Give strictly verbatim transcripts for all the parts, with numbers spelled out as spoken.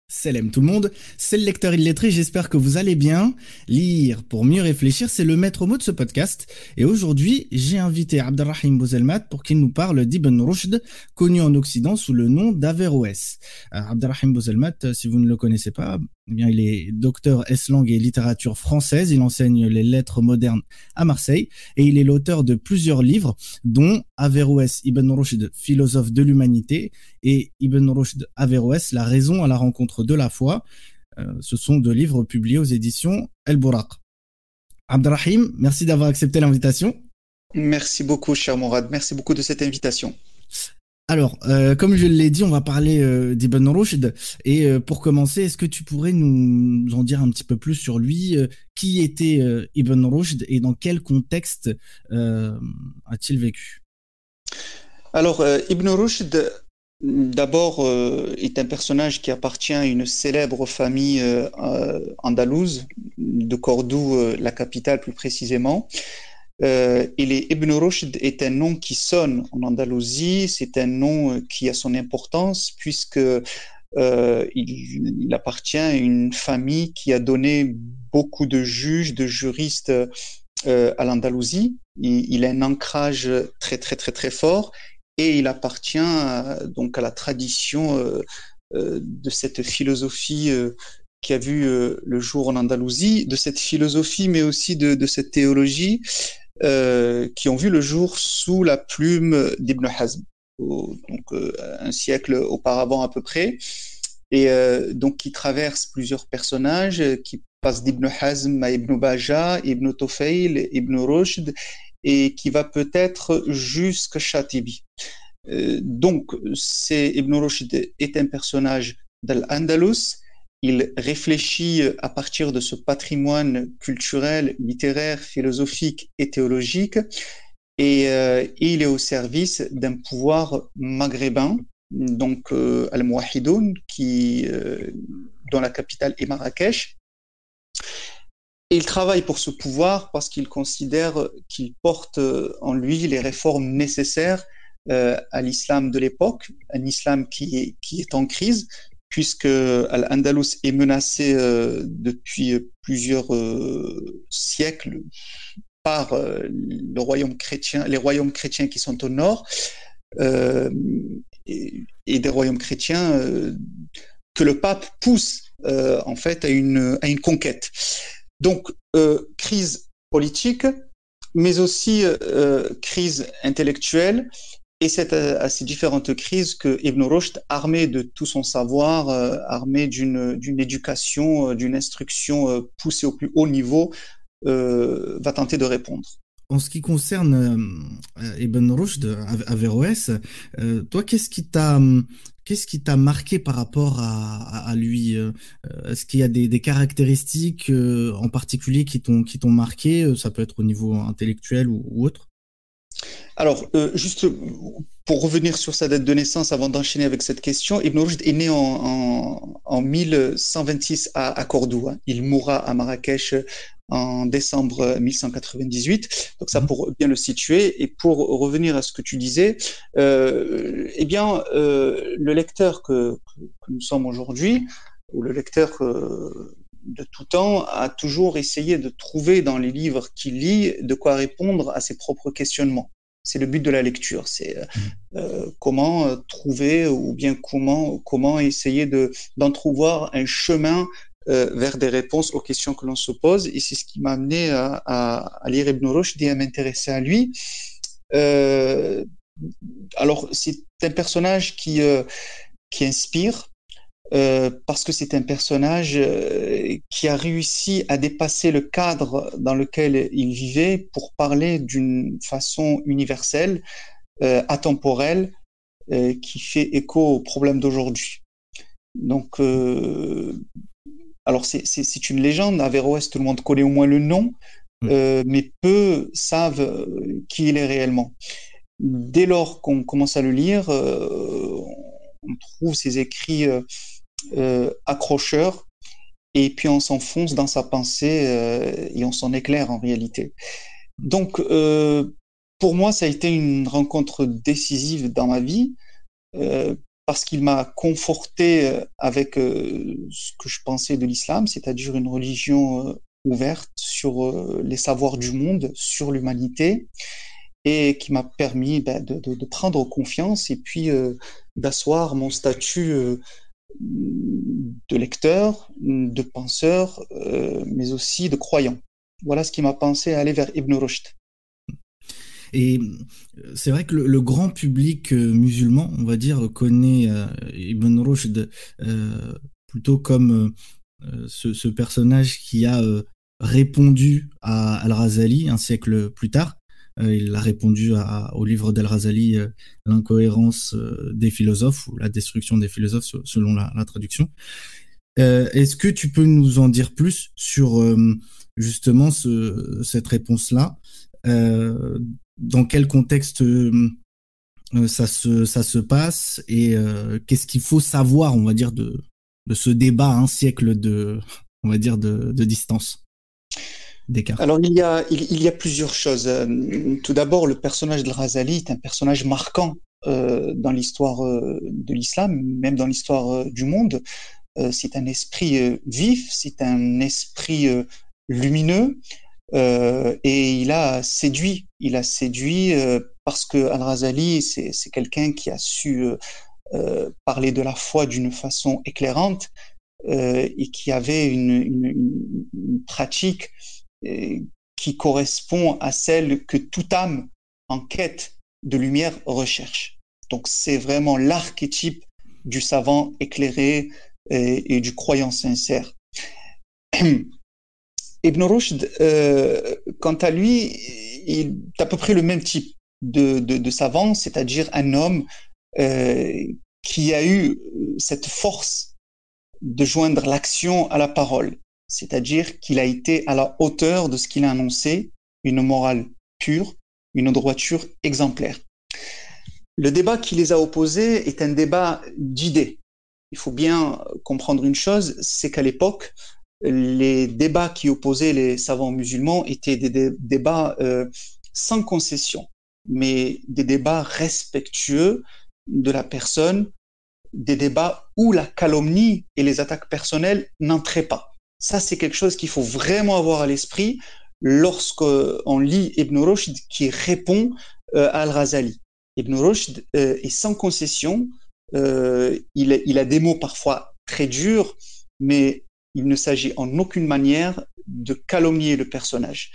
Salam tout le monde, c'est le lecteur illettré, j'espère que vous allez bien. Lire pour mieux réfléchir, c'est le maître mot de ce podcast. Et aujourd'hui, j'ai invité Abdelrahim Bouzelmat pour qu'il nous parle d'Ibn Rushd, connu en Occident sous le nom d'Averroès. Euh, Abdelrahim Bouzelmat, si vous ne le connaissez pas, eh bien, il est docteur ès-langue et littérature française. Il enseigne les lettres modernes à Marseille et il est l'auteur de plusieurs livres, dont Averroès Ibn Rushd, philosophe de l'humanité, et Ibn Rushd Averroès, la raison à la rencontre de la foi. Euh, ce sont deux livres publiés aux éditions El Bouraq. Abdelrahim, merci d'avoir accepté l'invitation. Merci beaucoup, cher Mourad. Merci beaucoup de cette invitation. Alors, euh, comme je l'ai dit, on va parler euh, d'Ibn Rushd. Et euh, pour commencer, est-ce que tu pourrais nous en dire un petit peu plus sur lui euh, Qui était euh, Ibn Rushd et dans quel contexte euh, a-t-il vécu? Alors, euh, Ibn Rushd, d'abord, euh, est un personnage qui appartient à une célèbre famille euh, euh, andalouse, de Cordoue, euh, la capitale plus précisément. Euh, et les Ibn Rushd est un nom qui sonne en Andalousie, c'est un nom qui a son importance puisque euh, il, il appartient à une famille qui a donné beaucoup de juges, de juristes euh, à l'Andalousie. Il, il a un ancrage très très très très fort et il appartient à, donc à la tradition euh, euh, de cette philosophie euh, qui a vu euh, le jour en Andalousie, de cette philosophie mais aussi de, de cette théologie Euh, qui ont vu le jour sous la plume d'Ibn Hazm, au, donc euh, un siècle auparavant à peu près, et euh, donc qui traverse plusieurs personnages, qui passe d'Ibn Hazm à Ibn Baja, Ibn Tufayl, Ibn Rushd, et qui va peut-être jusqu'à Shatibi. Euh, donc, c'est, Ibn Rushd est un personnage d'Al-Andalus. Il réfléchit à partir de ce patrimoine culturel, littéraire, philosophique et théologique, et euh, il est au service d'un pouvoir maghrébin, donc euh, Al-Mouahidoun, qui, euh, dont la capitale est Marrakech. Et il travaille pour ce pouvoir parce qu'il considère qu'il porte en lui les réformes nécessaires euh, à l'islam de l'époque, un islam qui est, qui est en crise, puisque Al-Andalus est menacé euh, depuis plusieurs euh, siècles par euh, le royaume chrétien, les royaumes chrétiens qui sont au nord, euh, et, et des royaumes chrétiens euh, que le pape pousse euh, en fait à une, à une conquête. Donc, euh, crise politique, mais aussi euh, crise intellectuelle. Et c'est à, à ces différentes crises que Ibn Rushd, armé de tout son savoir, euh, armé d'une, d'une éducation, euh, d'une instruction euh, poussée au plus haut niveau, euh, va tenter de répondre. En ce qui concerne euh, Ibn Rushd, Averroès, euh, toi, qu'est-ce qui t'a, qu'est-ce qui t'a marqué par rapport à, à, à lui? euh, Est-ce qu'il y a des, des caractéristiques euh, en particulier qui t'ont, qui t'ont marqué? Ça peut être au niveau intellectuel ou, ou autre. Alors, euh, juste pour revenir sur sa date de naissance avant d'enchaîner avec cette question, Ibn Rushd est né en, en, en mille cent vingt-six à, à Cordoue. Hein. Il mourra à Marrakech en décembre mille cent quatre-vingt-dix-huit. Donc ça, pour bien le situer. Et pour revenir à ce que tu disais, euh, eh bien, euh, le lecteur que, que, que nous sommes aujourd'hui, ou le lecteur que, de tout temps, a toujours essayé de trouver dans les livres qu'il lit de quoi répondre à ses propres questionnements. C'est le but de la lecture, c'est euh, comment trouver ou bien comment, comment essayer de, d'entrevoir un chemin euh, vers des réponses aux questions que l'on se pose. Et c'est ce qui m'a amené à, à, à lire Ibn Rushd et à m'intéresser à lui. Euh, alors, c'est un personnage qui, euh, qui inspire, Euh, parce que c'est un personnage euh, qui a réussi à dépasser le cadre dans lequel il vivait pour parler d'une façon universelle, euh, atemporelle, euh, qui fait écho aux problèmes d'aujourd'hui. Donc, euh, alors c'est, c'est, c'est une légende. Averroès, tout le monde connaît au moins le nom, euh, mais peu savent qui il est réellement. Dès lors qu'on commence à le lire, euh, on trouve ses écrits euh, euh, accrocheur, et puis on s'enfonce dans sa pensée euh, et on s'en éclaire en réalité. Donc, euh, pour moi, ça a été une rencontre décisive dans ma vie, euh, parce qu'il m'a conforté avec euh, ce que je pensais de l'islam, c'est-à-dire une religion euh, ouverte sur euh, les savoirs du monde, sur l'humanité, et qui m'a permis ben, de, de, de prendre confiance et puis euh, d'asseoir mon statut euh, de lecteur, de penseur, euh, mais aussi de croyant. Voilà ce qui m'a pensé à aller vers Ibn Rushd. Et c'est vrai que le, le grand public musulman, on va dire, connaît euh, Ibn Rushd euh, plutôt comme euh, ce, ce personnage qui a euh, répondu à Al-Razali un siècle plus tard. Euh, il a répondu à, au livre d'Al-Razali, euh, L'incohérence euh, des philosophes, ou la destruction des philosophes, selon la, la traduction. Euh, est-ce que tu peux nous en dire plus sur euh, justement ce, cette réponse-là? Euh, dans quel contexte euh, ça, se, ça se passe et euh, qu'est-ce qu'il faut savoir, on va dire, de, de ce débat à un siècle de, on va dire, de, de distance, d'écart? Alors, il y a, il, il y a plusieurs choses. Euh, Tout d'abord, le personnage de Razali est un personnage marquant euh, dans l'histoire euh, de l'islam, même dans l'histoire euh, du monde. Euh, c'est un esprit euh, vif, c'est un esprit euh, lumineux. Euh, et il a séduit, il a séduit euh, parce que Al-Razali, c'est, c'est quelqu'un qui a su euh, euh, parler de la foi d'une façon éclairante euh, et qui avait une, une, une, une pratique euh, qui correspond à celle que toute âme en quête de lumière recherche. Donc c'est vraiment l'archétype du savant éclairé et, et du croyant sincère. Ibn Rushd, euh, quant à lui, il est à peu près le même type de, de, de savant, c'est-à-dire un homme euh, qui a eu cette force de joindre l'action à la parole, c'est-à-dire qu'il a été à la hauteur de ce qu'il a annoncé, une morale pure, une droiture exemplaire. Le débat qui les a opposés est un débat d'idées. Il faut bien comprendre une chose, c'est qu'à l'époque, les débats qui opposaient les savants musulmans étaient des dé- débats euh, sans concession, mais des débats respectueux de la personne, des débats où la calomnie et les attaques personnelles n'entraient pas. Ça, c'est quelque chose qu'il faut vraiment avoir à l'esprit lorsqu'on lit Ibn Rushd qui répond euh, à Al-Razali. Ibn Rushd euh, est sans concession, euh, il, il a des mots parfois très durs, mais il ne s'agit en aucune manière de calomnier le personnage.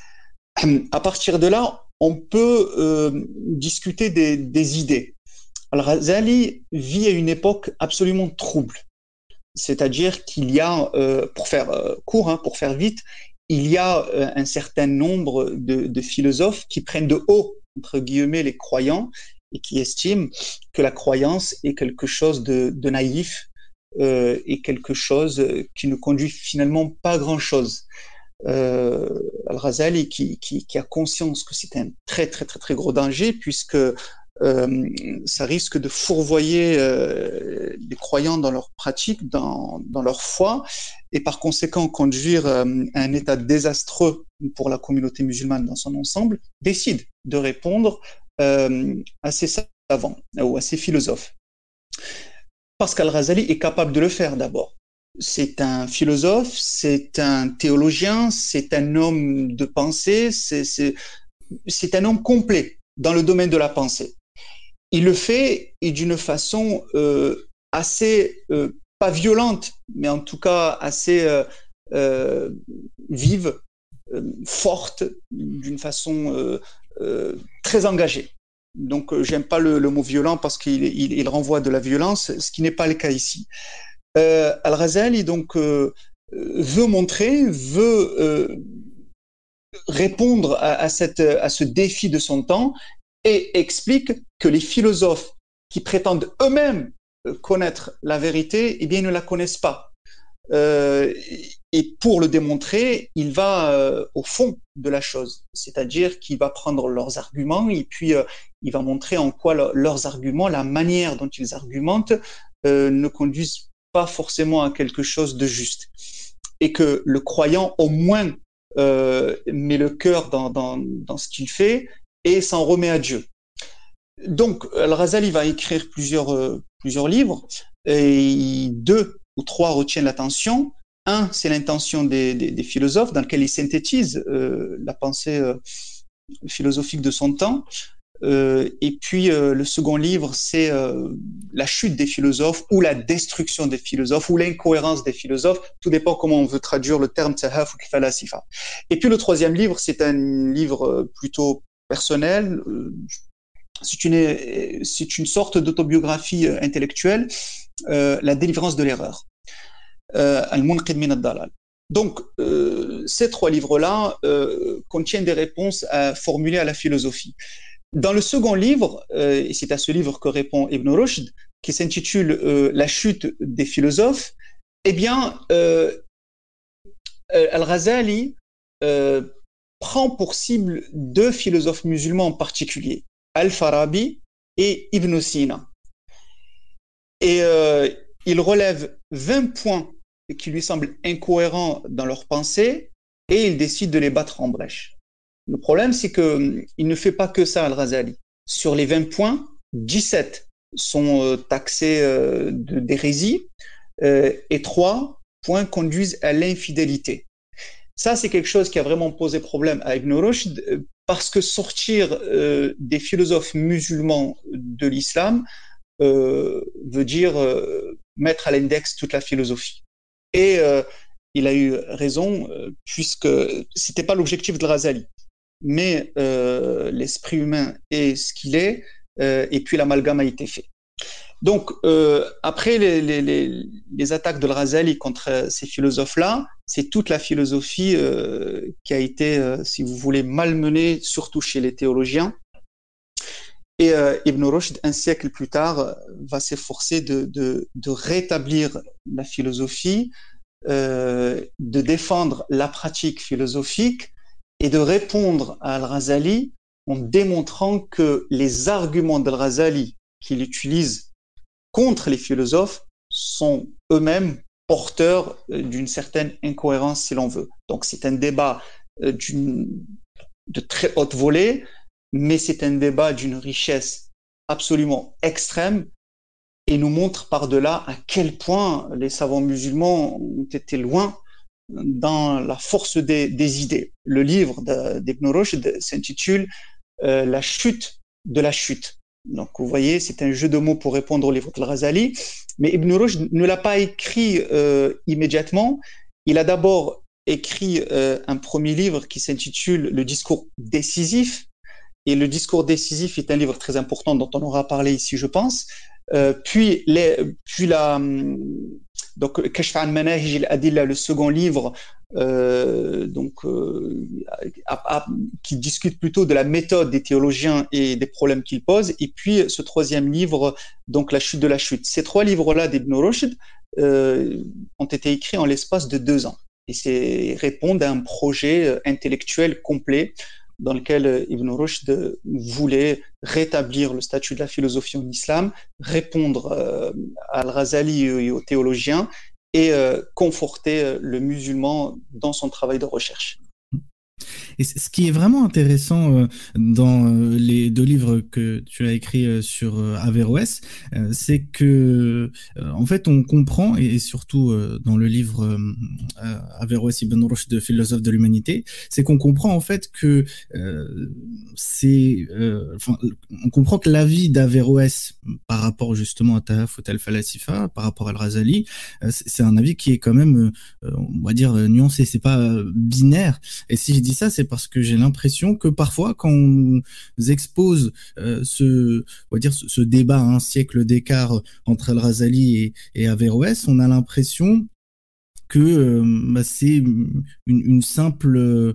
À partir de là, on peut euh, discuter des, des idées. Al-Razali vit à une époque absolument trouble. C'est-à-dire qu'il y a, euh, pour faire euh, court, hein, pour faire vite, il y a euh, un certain nombre de, de philosophes qui prennent de haut, entre guillemets, les croyants et qui estiment que la croyance est quelque chose de, de naïf, Euh, et quelque chose qui ne conduit finalement pas à grand-chose. Euh, Al-Razali qui, qui, qui a conscience que c'est un très très très très gros danger puisque euh, ça risque de fourvoyer euh, les croyants dans leur pratique, dans, dans leur foi, et par conséquent conduire euh, à un état désastreux pour la communauté musulmane dans son ensemble, décide de répondre euh, à ces savants ou à ces philosophes. Parce qu'Al-Razali est capable de le faire d'abord. C'est un philosophe, c'est un théologien, c'est un homme de pensée, c'est, c'est, c'est un homme complet dans le domaine de la pensée. Il le fait et d'une façon euh, assez, euh, pas violente, mais en tout cas assez euh, euh, vive, euh, forte, d'une façon euh, euh, très engagée. Donc, euh, j'aime pas le, le mot violent parce qu'il il, il renvoie de la violence, ce qui n'est pas le cas ici. Euh, Al-Razali donc euh, veut montrer, veut euh, répondre à, à, cette, à ce défi de son temps et explique que les philosophes qui prétendent eux-mêmes connaître la vérité, eh bien, ils ne la connaissent pas. Euh, et pour le démontrer, il va euh, au fond de la chose, c'est-à-dire qu'il va prendre leurs arguments et puis euh, il va montrer en quoi le, leurs arguments, la manière dont ils argumentent, euh, ne conduisent pas forcément à quelque chose de juste. Et que le croyant, au moins, euh, met le cœur dans, dans, dans ce qu'il fait et s'en remet à Dieu. Donc, Al-Ghazali va écrire plusieurs, euh, plusieurs livres, et deux ou trois retiennent l'attention. Un, c'est l'intention des, des, des philosophes, dans lequel il synthétise euh, la pensée euh, philosophique de son temps. Euh, et puis, euh, le second livre, c'est euh, la chute des philosophes, ou la destruction des philosophes, ou l'incohérence des philosophes. Tout dépend comment on veut traduire le terme tahaf ou falasifa. Et puis, le troisième livre, c'est un livre plutôt personnel. C'est une, c'est une sorte d'autobiographie intellectuelle, euh, la délivrance de l'erreur. Al-Munqidh min ad-Dalal. Donc, euh, ces trois livres-là euh, contiennent des réponses à formuler à la philosophie. Dans le second livre, euh, et c'est à ce livre que répond Ibn Rushd, qui s'intitule euh, La chute des philosophes, eh bien, euh, Al-Ghazali euh, prend pour cible deux philosophes musulmans en particulier, Al-Farabi et Ibn Sina. Et euh, il relève vingt points qui lui semblent incohérents dans leur pensée, et il décide de les battre en brèche. Le problème, c'est qu'il ne fait pas que ça, Al-Ghazali. Sur les vingt points, dix-sept sont euh, taxés euh, d'hérésie, euh, et trois points conduisent à l'infidélité. Ça, c'est quelque chose qui a vraiment posé problème à Ibn Rushd, parce que sortir euh, des philosophes musulmans de l'islam euh, veut dire euh, mettre à l'index toute la philosophie. Et euh, il a eu raison, euh, puisque c'était pas l'objectif de Ghazali. Mais euh, l'esprit humain est ce qu'il est, euh, et puis l'amalgame a été fait. Donc, euh, après les, les, les, les attaques de Ghazali contre ces philosophes-là, c'est toute la philosophie euh, qui a été, euh, si vous voulez, malmenée, surtout chez les théologiens. Et euh, Ibn Rushd, un siècle plus tard, va s'efforcer de, de, de rétablir la philosophie, euh, de défendre la pratique philosophique et de répondre à Al-Ghazali en démontrant que les arguments d'Al-Ghazali qu'il utilise contre les philosophes sont eux-mêmes porteurs d'une certaine incohérence, si l'on veut. Donc c'est un débat d'une, de très haute volée, mais c'est un débat d'une richesse absolument extrême, et nous montre par-delà à quel point les savants musulmans ont été loin dans la force des, des idées. Le livre d'Ibn Rushd s'intitule euh, La chute de la chute. Donc vous voyez, c'est un jeu de mots pour répondre au livre de Al-Ghazali, mais Ibn Rushd ne l'a pas écrit euh, immédiatement. Il a d'abord écrit euh, un premier livre qui s'intitule Le discours décisif, et le discours décisif est un livre très important dont on aura parlé ici, je pense. Euh, puis, les, puis la, donc Kashf an Manahij al-Adilla, le second livre, euh, donc euh, à, à, qui discute plutôt de la méthode des théologiens et des problèmes qu'ils posent. Et puis ce troisième livre, donc La chute de la chute. Ces trois livres-là d'Ibn Rushd euh, ont été écrits en l'espace de deux ans, et c'est répondent à un projet intellectuel complet dans lequel Ibn Rushd voulait rétablir le statut de la philosophie en islam, répondre euh, à Al-Ghazali et aux théologiens, et euh, conforter le musulman dans son travail de recherche. Et ce qui est vraiment intéressant euh, dans euh, les deux livres que tu as écrits euh, sur euh, Averroès, euh, c'est que euh, en fait on comprend, et surtout euh, dans le livre euh, Averroès Ibn Rushd, de philosophe de l'humanité, c'est qu'on comprend en fait que euh, c'est, euh, enfin, on comprend que l'avis d'Averroès par rapport justement à Tahaf ou al-Falasifa, par rapport à Al-Ghazali, euh, c'est un avis qui est quand même, euh, on va dire, nuancé, c'est pas euh, binaire. Et si je dis ça, c'est parce que j'ai l'impression que parfois, quand on nous expose euh, ce, on va dire, ce, ce débat, un siècle d'écart entre Al-Ghazali et, et Averroès, on a l'impression que euh, bah, c'est une, une simple euh,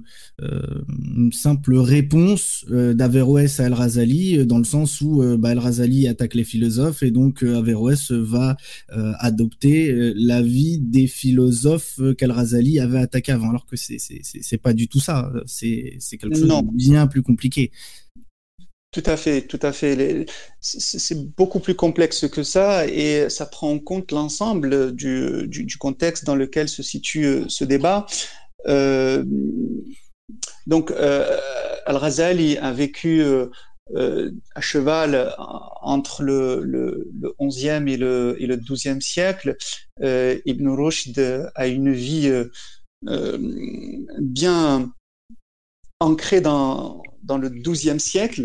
une simple réponse euh, d'Averroès à Al-Ghazali, euh, dans le sens où euh, bah, Al-Ghazali attaque les philosophes, et donc euh, Averroès va euh, adopter euh, l'avis des philosophes euh, qu'Al-Ghazali avait attaqué avant, alors que c'est c'est c'est, c'est pas du tout ça. C'est c'est quelque chose Non. de bien plus compliqué. Tout à fait, tout à fait. Les- C'est c'est beaucoup plus complexe que ça, et ça prend en compte l'ensemble du, du, du contexte dans lequel se situe euh, ce débat. Euh, donc, euh, Al-Ghazali a vécu euh, euh, à cheval entre le, le, le onzième et le, et le douzième siècle. Euh, Ibn Rushd a une vie euh, euh, bien ancrée dans, dans le douzième siècle.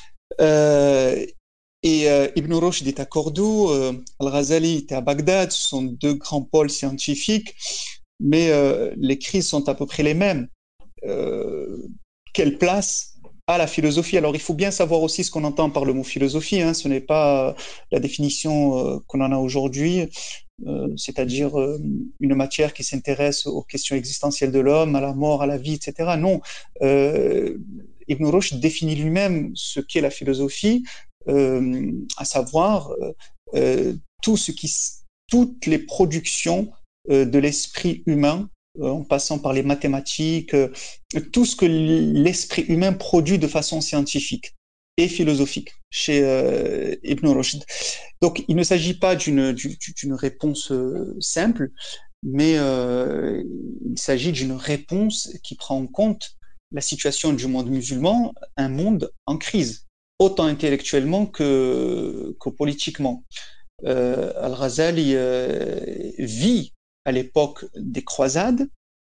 Euh, et euh, Ibn Rushd est à Cordoue, euh, Al-Ghazali était à Bagdad, ce sont deux grands pôles scientifiques, mais euh, les crises sont à peu près les mêmes. Euh, quelle place a la philosophie? Alors, il faut bien savoir aussi ce qu'on entend par le mot philosophie, hein. Ce n'est pas la définition euh, qu'on en a aujourd'hui, euh, c'est-à-dire euh, une matière qui s'intéresse aux questions existentielles de l'homme, à la mort, à la vie, et cetera. Non, euh, Ibn Rushd définit lui-même ce qu'est la philosophie, euh, à savoir euh, tout ce qui, toutes les productions euh, de l'esprit humain, en passant par les mathématiques, tout ce que l'esprit humain produit de façon scientifique et philosophique chez euh, Ibn Rushd. Donc, il ne s'agit pas d'une, d'une réponse simple, mais euh, il s'agit d'une réponse qui prend en compte la situation du monde musulman, un monde en crise, autant intellectuellement que, que politiquement. Euh, Al-Ghazali euh, vit à l'époque des croisades,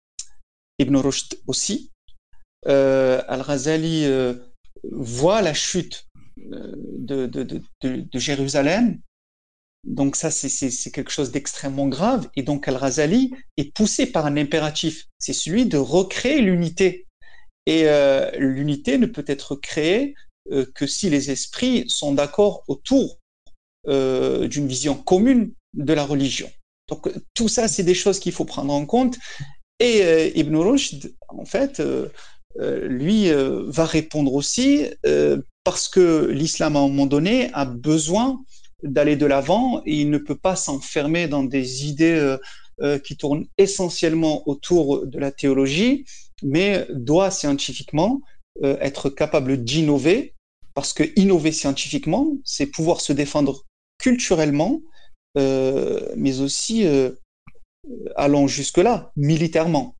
Ibn Rushd aussi. Euh, Al-Ghazali euh, voit la chute de, de, de, de, de Jérusalem, donc ça c'est, c'est, c'est quelque chose d'extrêmement grave, et donc Al-Ghazali est poussé par un impératif, c'est celui de recréer l'unité. Et euh, l'unité ne peut être créée euh, que si les esprits sont d'accord autour euh, d'une vision commune de la religion. Donc tout ça, c'est des choses qu'il faut prendre en compte. Et euh, Ibn Rushd, en fait, euh, euh, lui, euh, va répondre aussi euh, parce que l'islam, à un moment donné, a besoin d'aller de l'avant et il ne peut pas s'enfermer dans des idées euh, euh, qui tournent essentiellement autour de la théologie, mais doit scientifiquement euh, être capable d'innover, parce que innover scientifiquement, c'est pouvoir se défendre culturellement, euh, mais aussi euh, allant jusque-là, militairement.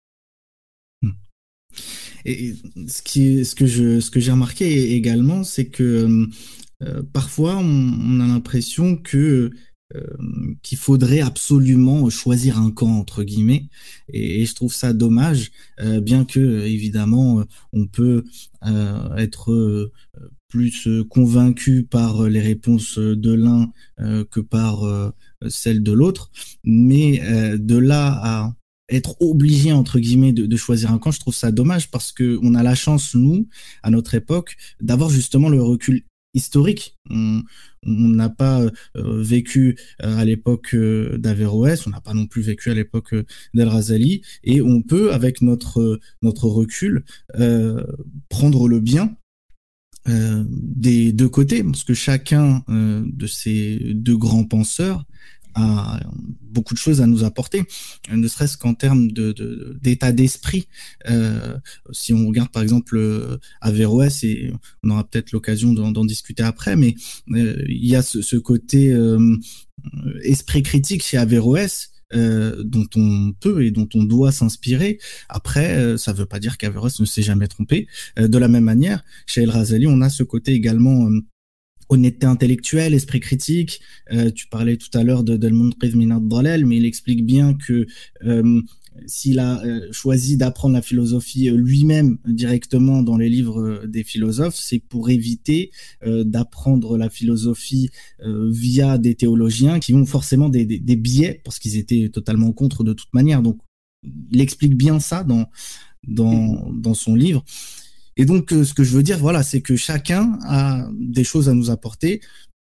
Et ce qui, ce que je, ce que j'ai remarqué également, c'est que euh, parfois on, on a l'impression que euh, qu'il faudrait absolument choisir un camp entre guillemets, et, et je trouve ça dommage, euh, bien que évidemment on peut euh, être euh, plus convaincu par les réponses de l'un euh, que par euh, celles de l'autre, mais euh, de là à être obligé entre guillemets de, de choisir un camp, je trouve ça dommage parce que on a la chance nous à notre époque d'avoir justement le recul historique. On n'a pas euh, vécu euh, à l'époque euh, d'Averroès, on n'a pas non plus vécu à l'époque euh, d'Al-Ghazali, et on peut avec notre notre recul euh, prendre le bien euh, des deux côtés, parce que chacun euh, de ces deux grands penseurs a beaucoup de choses à nous apporter, ne serait-ce qu'en termes de, de, d'état d'esprit. Euh, si on regarde par exemple euh, Averroès, et on aura peut-être l'occasion d'en, d'en discuter après, mais euh, il y a ce, ce côté euh, esprit critique chez Averroès, Euh, dont on peut et dont on doit s'inspirer. Après, euh, ça ne veut pas dire qu'Averroès ne s'est jamais trompé. Euh, de la même manière, chez Al-Ghazali, on a ce côté également euh, honnêteté intellectuelle, esprit critique. Euh, tu parlais tout à l'heure de Del-Munqidh min ad-Dalal, mais il explique bien que euh, s'il a euh, choisi d'apprendre la philosophie euh, lui-même directement dans les livres euh, des philosophes, c'est pour éviter euh, d'apprendre la philosophie euh, via des théologiens qui ont forcément des, des, des biais, parce qu'ils étaient totalement contre de toute manière. Donc, il explique bien ça dans, dans, dans son livre. Et donc, euh, ce que je veux dire, voilà, c'est que chacun a des choses à nous apporter,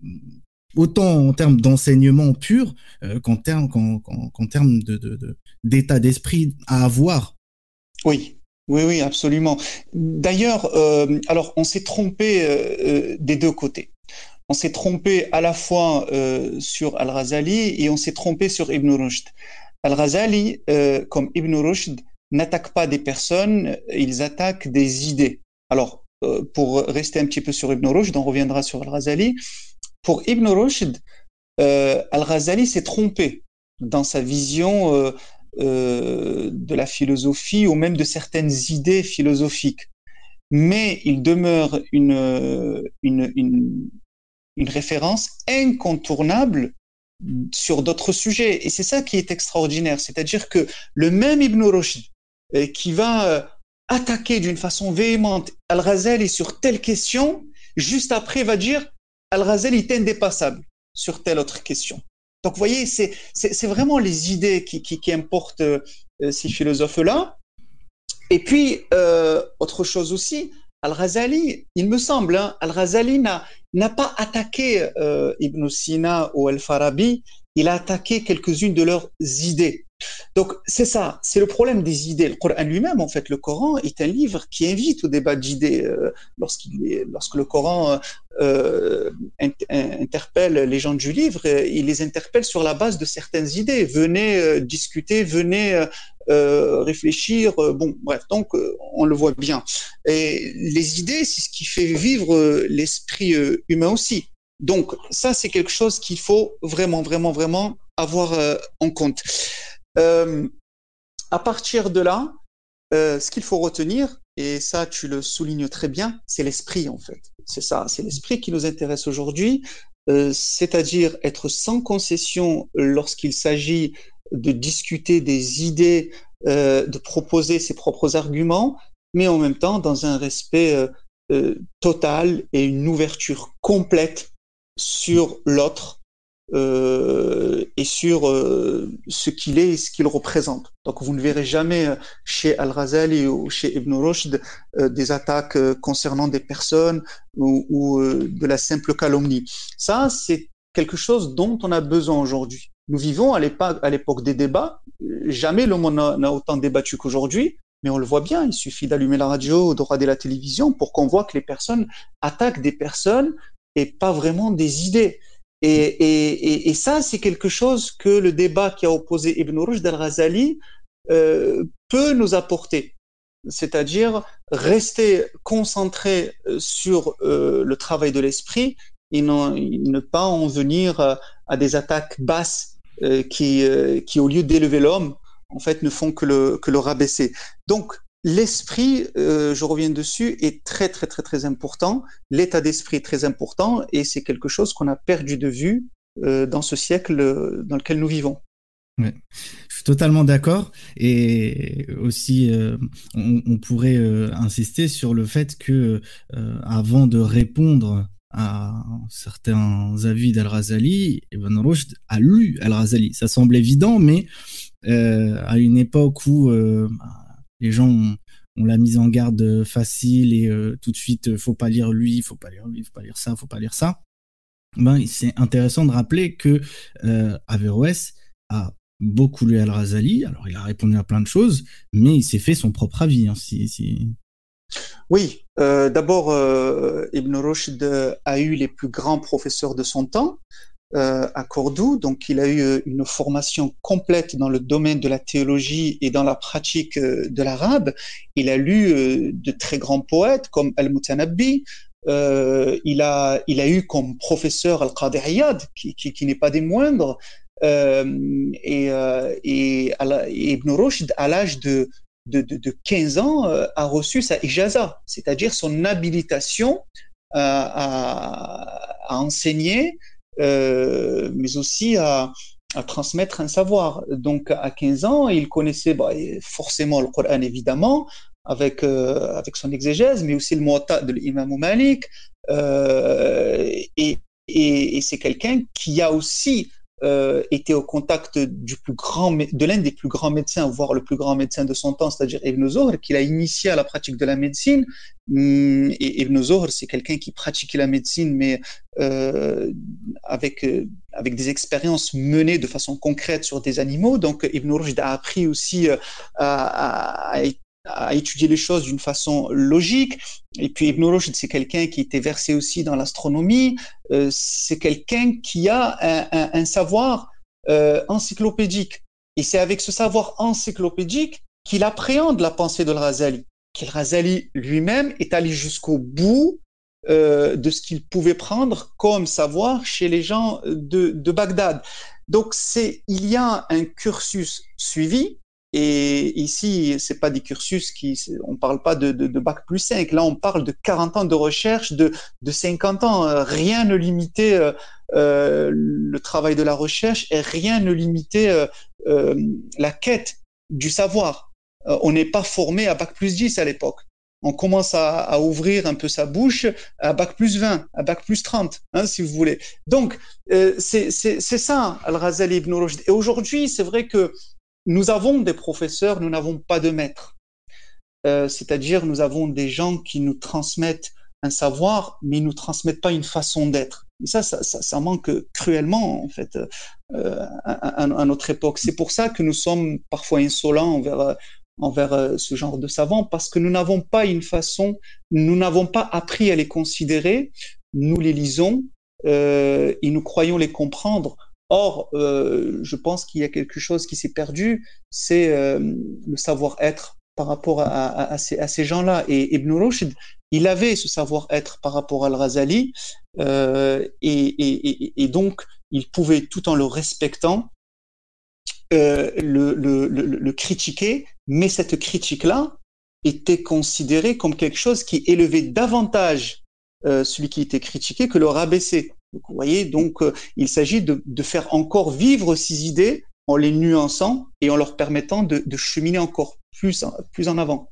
autant en termes d'enseignement pur euh, qu'en termes, qu'en, qu'en, qu'en termes de, de, de, d'état d'esprit à avoir. Oui, oui, oui, absolument. D'ailleurs, euh, alors, on s'est trompé euh, des deux côtés. On s'est trompé à la fois euh, sur Al-Ghazali et on s'est trompé sur Ibn Rushd. Al-Ghazali, euh, comme Ibn Rushd, n'attaquent pas des personnes, ils attaquent des idées. Alors, euh, pour rester un petit peu sur Ibn Rushd, on reviendra sur Al-Ghazali. Pour Ibn Rushd, euh, Al-Ghazali s'est trompé dans sa vision euh, euh, de la philosophie ou même de certaines idées philosophiques. mais il demeure une, une, une, une référence incontournable sur d'autres sujets. Et c'est ça qui est extraordinaire. C'est-à-dire que le même Ibn Rushd euh, qui va euh, attaquer d'une façon véhémente Al-Ghazali sur telle question, juste après va dire Al-Ghazali est indépassable sur telle autre question. Donc, vous voyez, c'est, c'est, c'est vraiment les idées qui, qui, qui importent euh, ces philosophes-là. Et puis, euh, autre chose aussi, Al-Ghazali, il me semble, hein, Al-Ghazali n'a, n'a pas attaqué euh, Ibn Sina ou Al-Farabi, il a attaqué quelques-unes de leurs idées. Donc, c'est ça, c'est le problème des idées. Le Coran lui-même, en fait, le Coran est un livre qui invite au débat d'idées. Euh, lorsqu'il est, lorsque le Coran euh, interpelle les gens du livre, il les interpelle sur la base de certaines idées. Venez euh, discuter, venez euh, réfléchir. Euh, bon, bref, donc, euh, on le voit bien. Et les idées, c'est ce qui fait vivre euh, l'esprit euh, humain aussi. Donc, ça, c'est quelque chose qu'il faut vraiment, vraiment, vraiment avoir euh, en compte. Euh, à partir de là, euh, ce qu'il faut retenir, et ça tu le soulignes très bien, c'est l'esprit en fait. C'est ça, c'est l'esprit qui nous intéresse aujourd'hui, euh, c'est-à-dire être sans concession lorsqu'il s'agit de discuter des idées, euh, de proposer ses propres arguments, mais en même temps dans un respect euh, euh, total et une ouverture complète sur l'autre. Euh, et sur euh, ce qu'il est et ce qu'il représente. Donc vous ne verrez jamais chez Al-Ghazali ou chez Ibn Rushd euh, des attaques euh, concernant des personnes ou, ou euh, de la simple calomnie. Ça, c'est quelque chose dont on a besoin aujourd'hui. Nous vivons à l'époque, à l'époque des débats. Jamais le monde n'a, n'a autant débattu qu'aujourd'hui, mais on le voit bien, il suffit d'allumer la radio ou de regarder la télévision pour qu'on voit que les personnes attaquent des personnes et pas vraiment des idées. Et, et, et, et ça, c'est quelque chose que le débat qui a opposé Ibn Rushd al-Ghazali euh, peut nous apporter. C'est-à-dire rester concentré sur euh, le travail de l'esprit et non, ne pas en venir à, à des attaques basses euh, qui, euh, qui, au lieu d'élever l'homme, en fait, ne font que le, que le rabaisser. Donc, l'esprit, euh, je reviens dessus, est très, très, très, très important. L'état d'esprit est très important et c'est quelque chose qu'on a perdu de vue euh, dans ce siècle dans lequel nous vivons. Ouais. Je suis totalement d'accord et aussi euh, on, on pourrait euh, insister sur le fait que euh, avant de répondre à certains avis d'Al-Ghazali, Ibn Rushd a lu Al-Ghazali. Ça semble évident, mais euh, à une époque où euh, les gens ont, ont la mise en garde facile et euh, tout de suite, faut pas lire lui, faut pas lire lui, faut pas lire ça, faut pas lire ça. Ben, c'est intéressant de rappeler que euh, Averroès a beaucoup lu Al-Ghazali. Alors, il a répondu à plein de choses, mais il s'est fait son propre avis. Hein, si, si... Oui, euh, d'abord, euh, Ibn Rushd a eu les plus grands professeurs de son temps euh, à Cordoue. Donc, il a eu une formation complète dans le domaine de la théologie et dans la pratique de l'arabe. Il a lu euh, de très grands poètes comme Al-Mutanabbi. Euh, il a, il a eu comme professeur Al-Qadi Iyad, qui, qui, qui n'est pas des moindres. Euh, et, euh, et, et Ibn Rushd, à l'âge de, de, de, de quinze ans, euh, a reçu sa ijaza, c'est-à-dire son habilitation à, à, à enseigner, euh, mais aussi à, à transmettre un savoir. Donc, à quinze ans, il connaissait bah, forcément le Coran, évidemment, avec, euh, avec son exégèse, mais aussi le Muwatta de l'imam Malik. Euh, et, et, et c'est quelqu'un qui a aussi Euh, était au contact du plus grand, de l'un des plus grands médecins, voire le plus grand médecin de son temps, c'est-à-dire Ibn Zuhr, qu'il a initié à la pratique de la médecine. Et Ibn Zuhr, c'est quelqu'un qui pratiquait la médecine, mais euh, avec, euh, avec des expériences menées de façon concrète sur des animaux. Donc Ibn Rushd a appris aussi euh, à, à, à étudier les choses d'une façon logique. Et puis Ibn Rushd, c'est quelqu'un qui était versé aussi dans l'astronomie. Euh, c'est quelqu'un qui a un, un, un savoir euh, encyclopédique. Et c'est avec ce savoir encyclopédique qu'il appréhende la pensée de Al-Ghazali. Qu'Al-Ghazali lui-même est allé jusqu'au bout euh, de ce qu'il pouvait prendre comme savoir chez les gens de, de Bagdad. Donc, c'est, il y a un cursus suivi. et ici, c'est pas des cursus qui, on parle pas de, de, de bac plus cinq. Là, on parle de quarante ans de recherche, de, de cinquante ans. Rien ne limitait euh, euh, le travail de la recherche et rien ne limitait euh, euh, la quête du savoir. Euh, on n'est pas formé à bac plus dix à l'époque. On commence à, à ouvrir un peu sa bouche à bac plus vingt, à bac plus trente, hein, si vous voulez. Donc, euh, c'est, c'est, c'est ça, Al-Ghazali ibn Rushd. Et aujourd'hui, c'est vrai que nous avons des professeurs, nous n'avons pas de maîtres. Euh, c'est-à-dire, nous avons des gens qui nous transmettent un savoir, mais ils ne nous transmettent pas une façon d'être. Et ça, ça, ça, ça manque cruellement, en fait, euh, à, à, à notre époque. C'est pour ça que nous sommes parfois insolents envers envers ce genre de savants, parce que nous n'avons pas une façon, nous n'avons pas appris à les considérer, nous les lisons euh, et nous croyons les comprendre. Or, euh, je pense qu'il y a quelque chose qui s'est perdu, c'est euh, le savoir-être par rapport à, à, à ces, à ces gens-là. Et Ibn Rushd, il avait ce savoir-être par rapport à Al-Ghazali, euh, et, et, et, et donc il pouvait, tout en le respectant, Euh, le, le, le, le critiquer, mais cette critique-là était considérée comme quelque chose qui élevait davantage euh, celui qui était critiqué que le rabaissait. Donc, vous voyez, donc euh, il s'agit de, de faire encore vivre ces idées en les nuançant et en leur permettant de, de cheminer encore plus, plus en avant.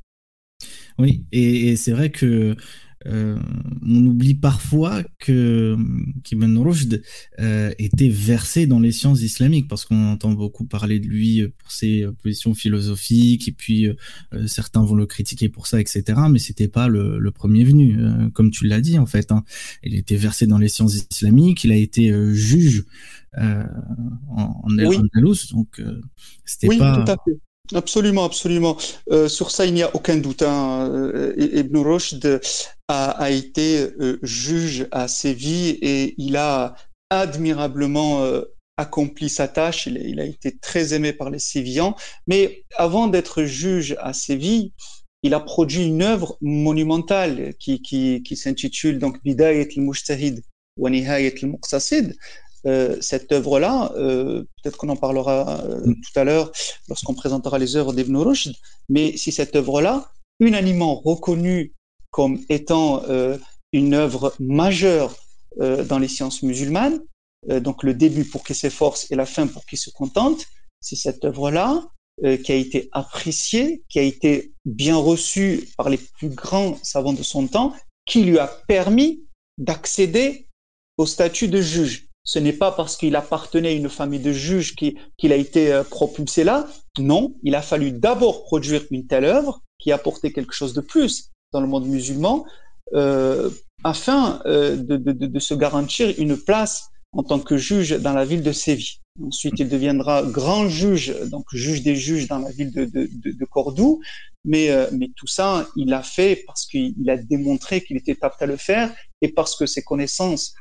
Oui, et, et c'est vrai que Euh, on oublie parfois que qu'Ibn Rushd euh, était versé dans les sciences islamiques, parce qu'on entend beaucoup parler de lui pour ses positions philosophiques, et puis euh, certains vont le critiquer pour ça, et cetera. Mais c'était pas le, le premier venu, euh, comme tu l'as dit en fait. Hein. Il était versé dans les sciences islamiques, il a été euh, juge euh, en, en oui. Andalous, donc euh, c'était oui, pas. Oui, tout à fait. Absolument, absolument. Euh, sur ça, il n'y a aucun doute. Hein. Ibn Rushd a, a été euh, juge à Séville et il a admirablement euh, accompli sa tâche. Il, il a été très aimé par les Sévillans. Mais avant d'être juge à Séville, il a produit une œuvre monumentale qui, qui, qui s'intitule donc Bidayat al-Mujtahid wa Nihayat al-Muqtasid. Euh, cette œuvre-là, euh, peut-être qu'on en parlera euh, tout à l'heure lorsqu'on présentera les œuvres d'Ibn Rushd, mais si cette œuvre-là, unanimement reconnue comme étant euh, une œuvre majeure euh, dans les sciences musulmanes, euh, donc le début pour qu'il s'efforce et la fin pour qu'il se contente, c'est cette œuvre-là euh, qui a été appréciée, qui a été bien reçue par les plus grands savants de son temps, qui lui a permis d'accéder au statut de juge. Ce n'est pas parce qu'il appartenait à une famille de juges qu'il, qu'il a été euh, propulsé là. Non, il a fallu d'abord produire une telle œuvre qui apportait quelque chose de plus dans le monde musulman euh, afin euh, de, de, de se garantir une place en tant que juge dans la ville de Séville. Ensuite, il deviendra grand juge, donc juge des juges dans la ville de, de, de, de Cordoue. Mais, euh, mais tout ça, il l'a fait parce qu'il a démontré qu'il était apte à le faire et parce que ses connaissances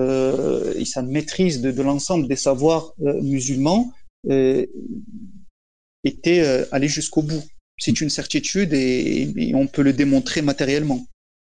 Euh, et sa maîtrise de, de l'ensemble des savoirs euh, musulmans euh, était euh, allée jusqu'au bout. C'est une certitude et, et on peut le démontrer matériellement.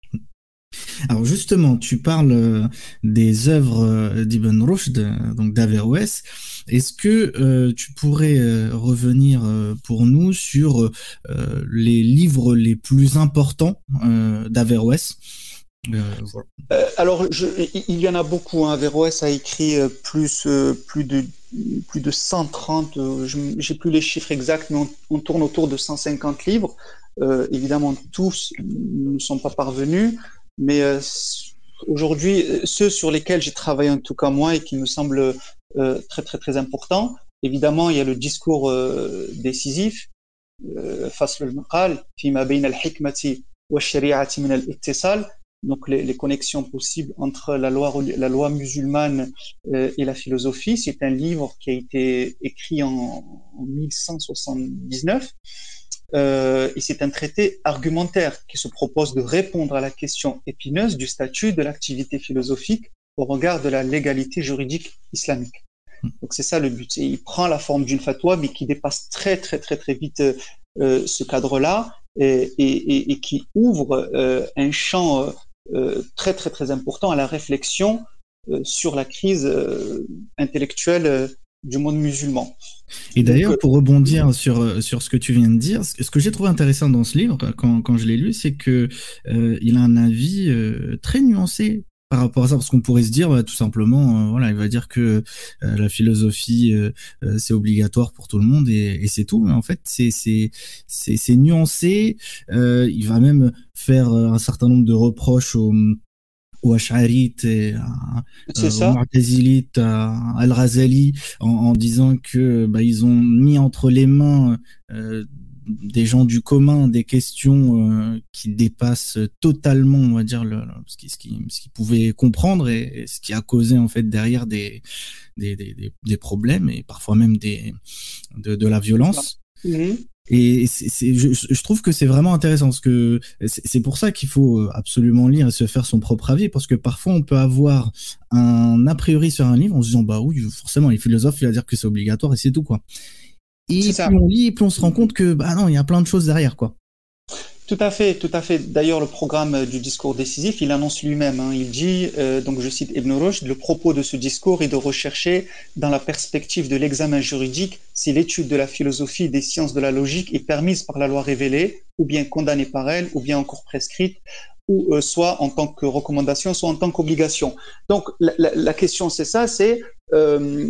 Alors justement, tu parles euh, des œuvres d'Ibn Rushd, donc d'Averroès. Est-ce que euh, tu pourrais euh, revenir euh, pour nous sur euh, les livres les plus importants euh, d'Averroès? Euh, voilà. euh, alors, je, il y en a beaucoup. Hein. Averroès a écrit euh, plus, euh, plus de plus de cent trente. Euh, je, j'ai plus les chiffres exacts, mais on, on tourne autour de cent cinquante livres. Euh, évidemment, tous ne sont pas parvenus, mais euh, aujourd'hui, ceux sur lesquels j'ai travaillé en tout cas moi et qui me semblent euh, très très très importants. Évidemment, il y a le discours euh, décisif, Fasl al-Maqal, fima bayna al-hikmati wa shari'ati min al-ittisal. Donc les, les connexions possibles entre la loi, la loi musulmane euh, et la philosophie. C'est un livre qui a été écrit en, en mille cent soixante-dix-neuf euh, et c'est un traité argumentaire qui se propose de répondre à la question épineuse du statut de l'activité philosophique au regard de la légalité juridique islamique. Donc c'est ça le but. Et il prend la forme d'une fatwa, mais qui dépasse très très très très vite euh, ce cadre-là et, et, et qui ouvre euh, un champ euh, Euh, très très très important à la réflexion euh, sur la crise euh, intellectuelle euh, du monde musulman. Et d'ailleurs, Donc, pour rebondir sur, sur ce que tu viens de dire, ce que j'ai trouvé intéressant dans ce livre, quand, quand je l'ai lu, c'est que euh, il a un avis euh, très nuancé par rapport à ça, parce qu'on pourrait se dire, bah, tout simplement, euh, voilà, il va dire que euh, la philosophie, euh, euh, c'est obligatoire pour tout le monde et, et c'est tout. Mais en fait, c'est, c'est, c'est, c'est nuancé. Euh, il va même faire un certain nombre de reproches aux aux Ash'arites et à, c'est euh, aux ça. Mu'tazilites, à Al-Razali, en, en disant que bah, ils ont mis entre les mains euh, des gens du commun des questions euh, qui dépassent totalement, on va dire, le, le, ce qu'ils ce qui, ce qui pouvaient comprendre et, et ce qui a causé en fait derrière des, des, des, des problèmes et parfois même des, de, de la violence. Mm-hmm. Et c'est, c'est, je, je trouve que c'est vraiment intéressant parce que c'est, c'est pour ça qu'il faut absolument lire et se faire son propre avis, parce que parfois on peut avoir un a priori sur un livre en se disant bah oui forcément les philosophes il va dire que c'est obligatoire et c'est tout quoi. Et plus on lit, plus on se rend compte que bah non il y a plein de choses derrière quoi. Tout à fait, tout à fait. D'ailleurs, le programme du discours décisif, il annonce lui-même. Hein, il dit, euh, donc je cite Ibn Rushd, le propos de ce discours est de rechercher, dans la perspective de l'examen juridique, si l'étude de la philosophie et des sciences de la logique est permise par la loi révélée, ou bien condamnée par elle, ou bien encore prescrite, ou euh, soit en tant que recommandation, soit en tant qu'obligation. Donc la, la, la question, c'est ça, c'est euh,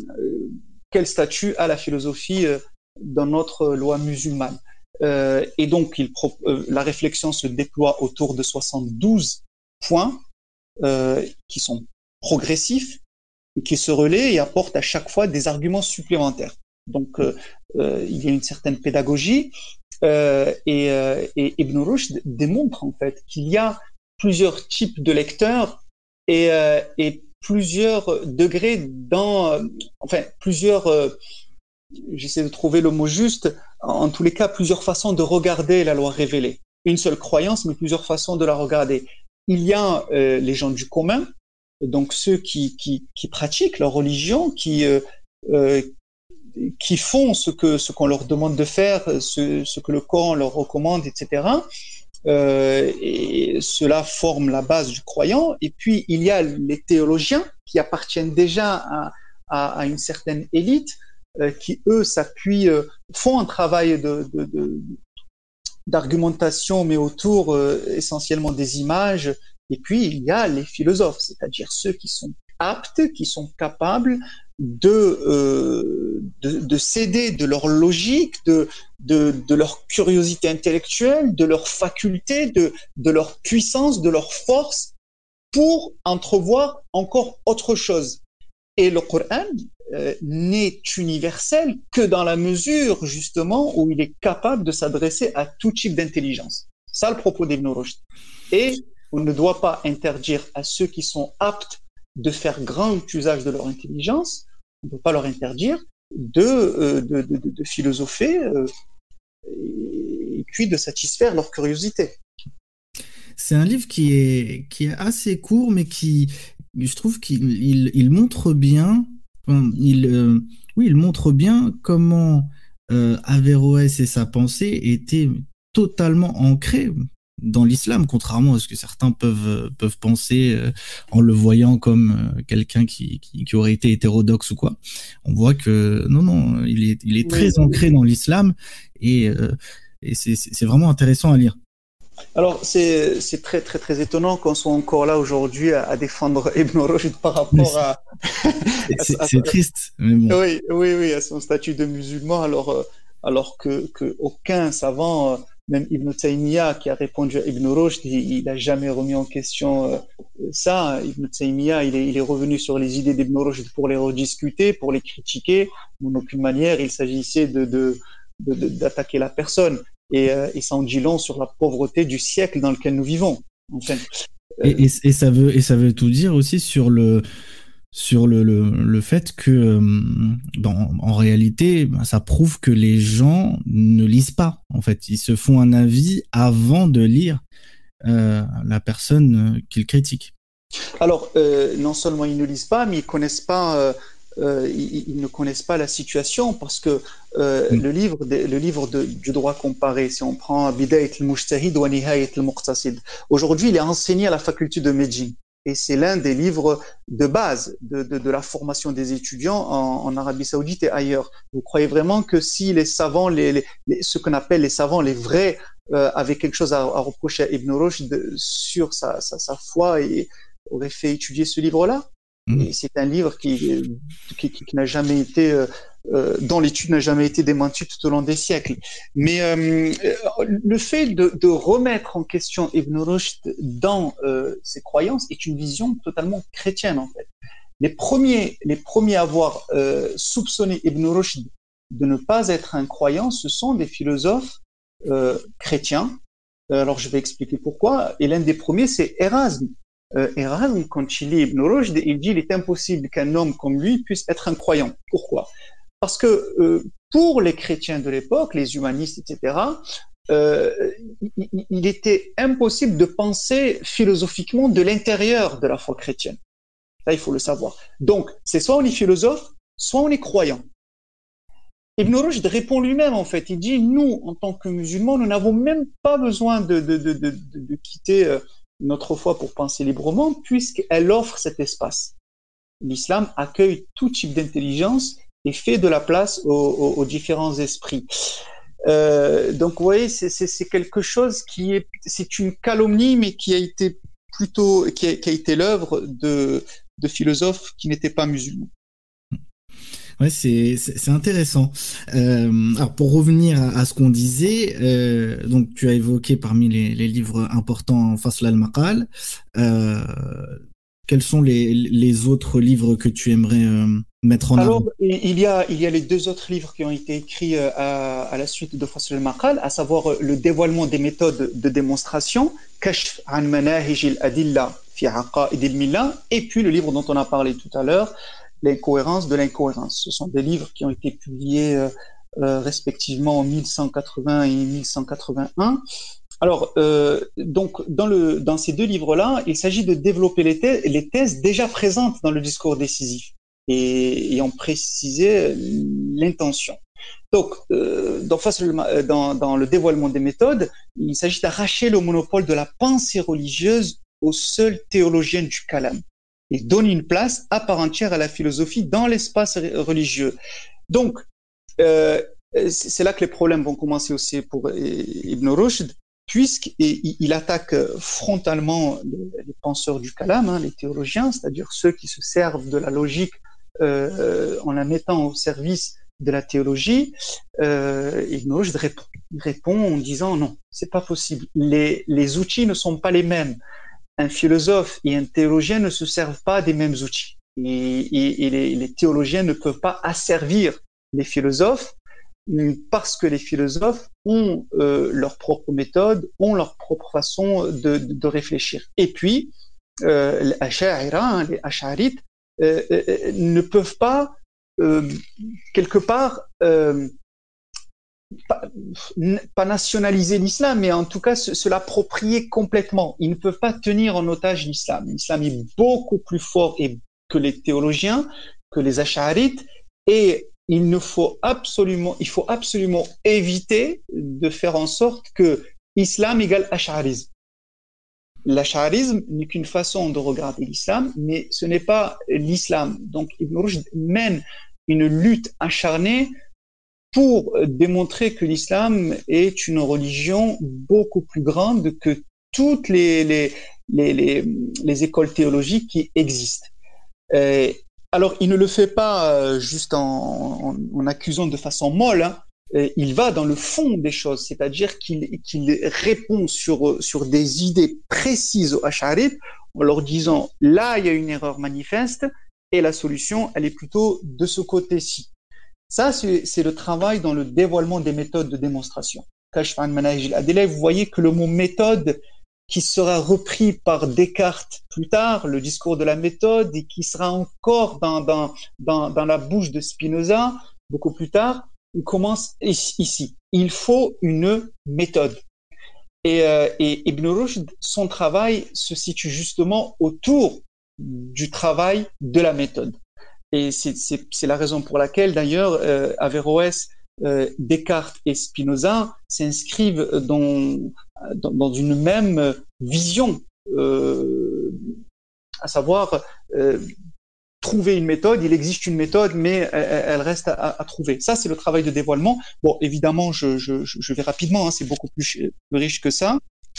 quel statut a la philosophie euh, dans notre loi musulmane? Euh, et donc, il pro- euh, la réflexion se déploie autour de soixante-douze points euh, qui sont progressifs, qui se relaient et apportent à chaque fois des arguments supplémentaires. Donc, euh, euh, il y a une certaine pédagogie euh, et, euh, et Ibn Rushd démontre en fait qu'il y a plusieurs types de lecteurs et, euh, et plusieurs degrés dans, euh, enfin, plusieurs euh, j'essaie de trouver le mot juste, en tous les cas, plusieurs façons de regarder la loi révélée. Une seule croyance, mais plusieurs façons de la regarder. Il y a euh, les gens du commun, donc ceux qui, qui, qui pratiquent leur religion, qui, euh, euh, qui font ce que ce qu'on leur demande de faire, ce, ce que le Coran leur recommande, et cetera. Euh, et cela forme la base du croyant. Et puis, il y a les théologiens qui appartiennent déjà à, à, à une certaine élite, qui, eux, s'appuient, euh, font un travail de, de, de, d'argumentation, mais autour euh, essentiellement des images. Et puis, il y a les philosophes, c'est-à-dire ceux qui sont aptes, qui sont capables de, euh, de, de céder de leur logique, de, de, de leur curiosité intellectuelle, de leur faculté, de, de leur puissance, de leur force, pour entrevoir encore autre chose. Et le Coran euh, n'est universel que dans la mesure, justement, où il est capable de s'adresser à tout type d'intelligence. Ça, le propos d'Ibn Rushd. Et on ne doit pas interdire à ceux qui sont aptes de faire grand usage de leur intelligence, on ne peut pas leur interdire de, euh, de, de, de, de philosopher euh, et puis de satisfaire leur curiosité. C'est un livre qui est, qui est assez court, mais qui, je trouve qu'il il, il montre bien, enfin, il, euh, oui, il montre bien comment euh, Averroès et sa pensée étaient totalement ancrés dans l'islam, contrairement à ce que certains peuvent peuvent penser euh, en le voyant comme euh, quelqu'un qui, qui qui aurait été hétérodoxe ou quoi. On voit que non non, il est il est très oui. ancré dans l'islam et euh, et c'est c'est vraiment intéressant à lire. Alors, c'est, c'est très, très, très étonnant qu'on soit encore là aujourd'hui à, à défendre Ibn Rushd par rapport à... c'est, c'est, à, c'est triste. Mais bon. Oui, oui, oui, à son statut de musulman, alors, alors que, que aucun savant, même Ibn Taymiyyah, qui a répondu à Ibn Rushd, il n'a jamais remis en question ça. Ibn Taymiyyah, il est, il est revenu sur les idées d'Ibn Rushd pour les rediscuter, pour les critiquer. En aucune manière, il s'agissait de, de, de, de, d'attaquer la personne. Et, euh, et ça en dit long sur la pauvreté du siècle dans lequel nous vivons. Enfin, euh... et, et, et ça veut et ça veut tout dire aussi sur le sur le le, le fait que euh, bon, en réalité, ça prouve que les gens ne lisent pas. En fait, ils se font un avis avant de lire euh, la personne qu'ils critiquent. Alors, euh, non seulement ils ne lisent pas, mais ils connaissent pas. Euh, Euh, ils, ils ne connaissent pas la situation parce que euh, mm. le livre, de, le livre de, du droit comparé, si on prend Bidayat al-Mujtahid wa Nihayat al-Muqtasid, aujourd'hui il est enseigné à la faculté de Médine. et c'est l'un des livres de base de, de, de la formation des étudiants en, en Arabie Saoudite et ailleurs. Vous croyez vraiment que si les savants, les, les, les, ce qu'on appelle les savants, les vrais, euh, avaient quelque chose à, à reprocher à Ibn Rushd sur sa, sa, sa foi et auraient fait étudier ce livre-là? Mmh. Et c'est un livre qui, qui, qui, qui n'a jamais été, euh, dont l'étude n'a jamais été démentie tout au long des siècles. Mais euh, le fait de, de remettre en question Ibn Rushd dans euh, ses croyances est une vision totalement chrétienne en fait. Les premiers, les premiers à avoir euh, soupçonné Ibn Rushd de ne pas être un croyant, ce sont des philosophes euh, chrétiens. Alors je vais expliquer pourquoi. Et l'un des premiers, c'est Erasme. Euh, Erasme, quand il lit Ibn Rushd, il dit il est impossible qu'un homme comme lui puisse être un croyant. Pourquoi? Parce que euh, pour les chrétiens de l'époque, les humanistes, et cetera, euh, il, il était impossible de penser philosophiquement de l'intérieur de la foi chrétienne. Ça, il faut le savoir. Donc, c'est soit on est philosophe, soit on est croyant. Ibn Rushd répond lui-même, en fait. Il dit, nous, en tant que musulmans, nous n'avons même pas besoin de, de, de, de, de quitter euh, notre foi pour penser librement, puisqu'elle offre cet espace. L'islam accueille tout type d'intelligence et fait de la place aux, aux, aux différents esprits. Euh, donc, vous voyez, c'est, c'est, c'est quelque chose qui est, c'est une calomnie, mais qui a été plutôt, qui a, qui a été l'œuvre de, de philosophes qui n'étaient pas musulmans. Ouais, c'est, c'est, c'est intéressant. Euh, alors, pour revenir à, à ce qu'on disait, euh, donc tu as évoqué parmi les, les livres importants Fasl al-Maqal. Euh, quels sont les, les autres livres que tu aimerais euh, mettre en Alors, avant? il y a, il y a les deux autres livres qui ont été écrits à, à la suite de Fasl al-Maqal, à savoir le dévoilement des méthodes de démonstration, Kashf an manahij al-adilla fi aqaid al-millah, et puis le livre dont on a parlé tout à l'heure, L'incohérence de l'incohérence. Ce sont des livres qui ont été publiés euh, euh, respectivement en mille cent quatre-vingts et mille cent quatre-vingt-un. Alors, euh, donc, dans, le, dans ces deux livres-là, il s'agit de développer les, thèses, les thèses déjà présentes dans le discours décisif et, et en préciser l'intention. Donc, euh, dans, dans, dans le dévoilement des méthodes, il s'agit d'arracher le monopole de la pensée religieuse aux seuls théologiens du kalam et donne une place à part entière à la philosophie dans l'espace religieux. Donc, euh, c'est là que les problèmes vont commencer aussi pour Ibn Rushd, puisqu'il attaque frontalement les penseurs du kalam, hein, les théologiens, c'est-à-dire ceux qui se servent de la logique euh, en la mettant au service de la théologie. Euh, Ibn Rushd répond, répond en disant non, c'est pas possible. Les, les outils ne sont pas les mêmes. Un philosophe et un théologien ne se servent pas des mêmes outils. Et, et, et les, les théologiens ne peuvent pas asservir les philosophes parce que les philosophes ont euh, leur propre méthode, ont leur propre façon de, de, de réfléchir. Et puis, euh, les Ash'arira, hein, les Ash'arites, euh, euh, ne peuvent pas, euh, quelque part, euh, Pas, pas nationaliser l'islam, mais en tout cas se, se l'approprier complètement. Ils ne peuvent pas tenir en otage l'islam. L'islam est beaucoup plus fort et, que les théologiens, que les ash'arites, et il ne faut absolument, il faut absolument éviter de faire en sorte que islam égale ash'arisme. L'ash'arisme n'est qu'une façon de regarder l'islam, mais ce n'est pas l'islam. Donc Ibn Rushd mène une lutte acharnée pour démontrer que l'islam est une religion beaucoup plus grande que toutes les, les, les, les, les écoles théologiques qui existent. Euh, alors, il ne le fait pas juste en, en, en accusant de façon molle, hein. Il va dans le fond des choses, c'est-à-dire qu'il, qu'il répond sur, sur des idées précises aux Ash'arites en leur disant « là, il y a une erreur manifeste et la solution, elle est plutôt de ce côté-ci ». Ça, c'est, c'est le travail dans le dévoilement des méthodes de démonstration. Kashf an manahij al-adilla, vous voyez que le mot méthode, qui sera repris par Descartes plus tard, le discours de la méthode, et qui sera encore dans, dans, dans, dans la bouche de Spinoza, beaucoup plus tard, il commence ici. Il faut une méthode. Et, euh, et Ibn Rushd, son travail se situe justement autour du travail de la méthode. Et c'est, c'est, c'est la raison pour laquelle, d'ailleurs, euh, Averroès, euh, Descartes et Spinoza s'inscrivent dans, dans, dans une même vision. Euh, à savoir euh, trouver une méthode. Il existe une méthode, mais elle, elle reste à, à trouver. Ça, c'est le travail de dévoilement. Bon, évidemment, je, je, je vais rapidement, hein, c'est beaucoup plus, plus riche que ça.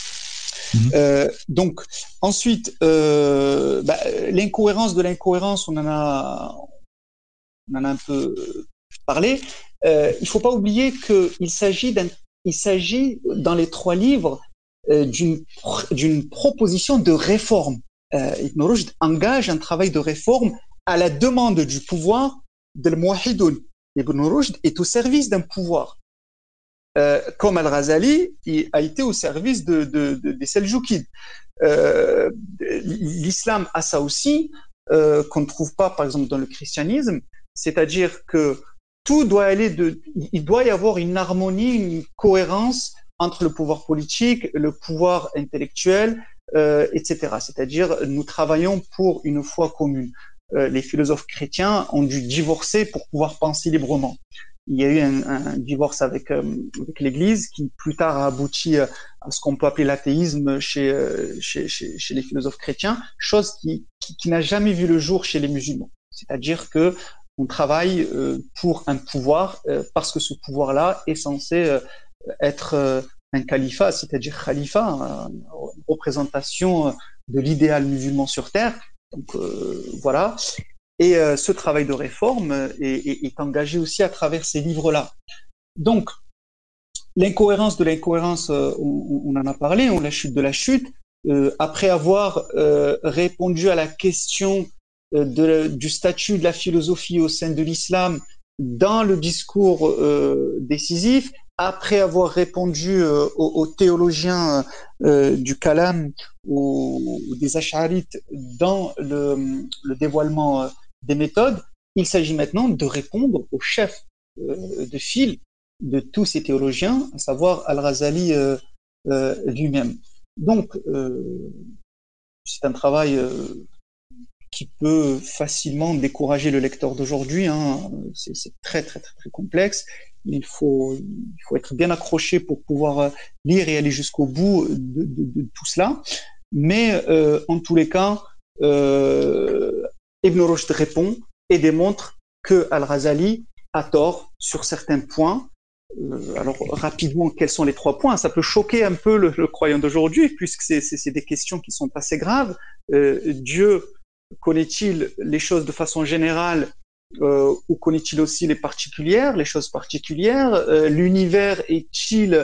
Mmh. Euh, donc, ensuite, euh, bah, l'incohérence de l'incohérence, on en a, on en a un peu parlé. Euh, il ne faut pas oublier qu'il s'agit, d'un, il s'agit dans les trois livres euh, d'une, d'une proposition de réforme. Euh, Ibn Rushd engage un travail de réforme à la demande du pouvoir de l'Muwahhidoun. Ibn Rushd est au service d'un pouvoir. Euh, comme Al-Ghazali il a été au service de, de, de, des Seljoukides. Euh, l'islam a ça aussi, euh, qu'on ne trouve pas par exemple dans le christianisme, c'est-à-dire que tout doit aller de, il doit y avoir une harmonie, une cohérence entre le pouvoir politique, le pouvoir intellectuel, euh, et cetera. C'est-à-dire nous travaillons pour une foi commune. Euh, les philosophes chrétiens ont dû divorcer pour pouvoir penser librement. Il y a eu un, un divorce avec, euh, avec l'Église qui plus tard a abouti à ce qu'on peut appeler l'athéisme chez, euh, chez, chez, chez les philosophes chrétiens, chose qui, qui, qui n'a jamais vu le jour chez les musulmans. C'est-à-dire que on travaille euh, pour un pouvoir euh, parce que ce pouvoir-là est censé euh, être euh, un califat, c'est-à-dire khalifa, une représentation de l'idéal musulman sur terre. Donc euh, voilà. Et euh, ce travail de réforme est, est, est engagé aussi à travers ces livres-là. Donc, l'incohérence de l'incohérence, euh, on, on en a parlé, on la chute de la chute. Euh, après avoir euh, répondu à la question euh, de, du statut de la philosophie au sein de l'islam dans le discours euh, décisif, après avoir répondu euh, aux, aux théologiens euh, du Kalam ou des Ash'arites dans le, le dévoilement euh, des méthodes, il s'agit maintenant de répondre au chef euh, de file de tous ces théologiens, à savoir Al-Ghazali euh, euh, lui-même. Donc, euh, c'est un travail euh, qui peut facilement décourager le lecteur d'aujourd'hui. Hein. C'est, c'est très, très, très, très complexe. Il faut, il faut être bien accroché pour pouvoir lire et aller jusqu'au bout de, de, de tout cela. Mais euh, en tous les cas, euh, Ibn Rushd répond et démontre que Al-Ghazali a tort sur certains points. Euh, alors rapidement, quels sont les trois points? Ça peut choquer un peu le, le croyant d'aujourd'hui, puisque c'est, c'est, c'est des questions qui sont assez graves. Euh, Dieu connaît-il les choses de façon générale euh, ou connaît-il aussi les particulières, les choses particulières? euh, L'univers est-il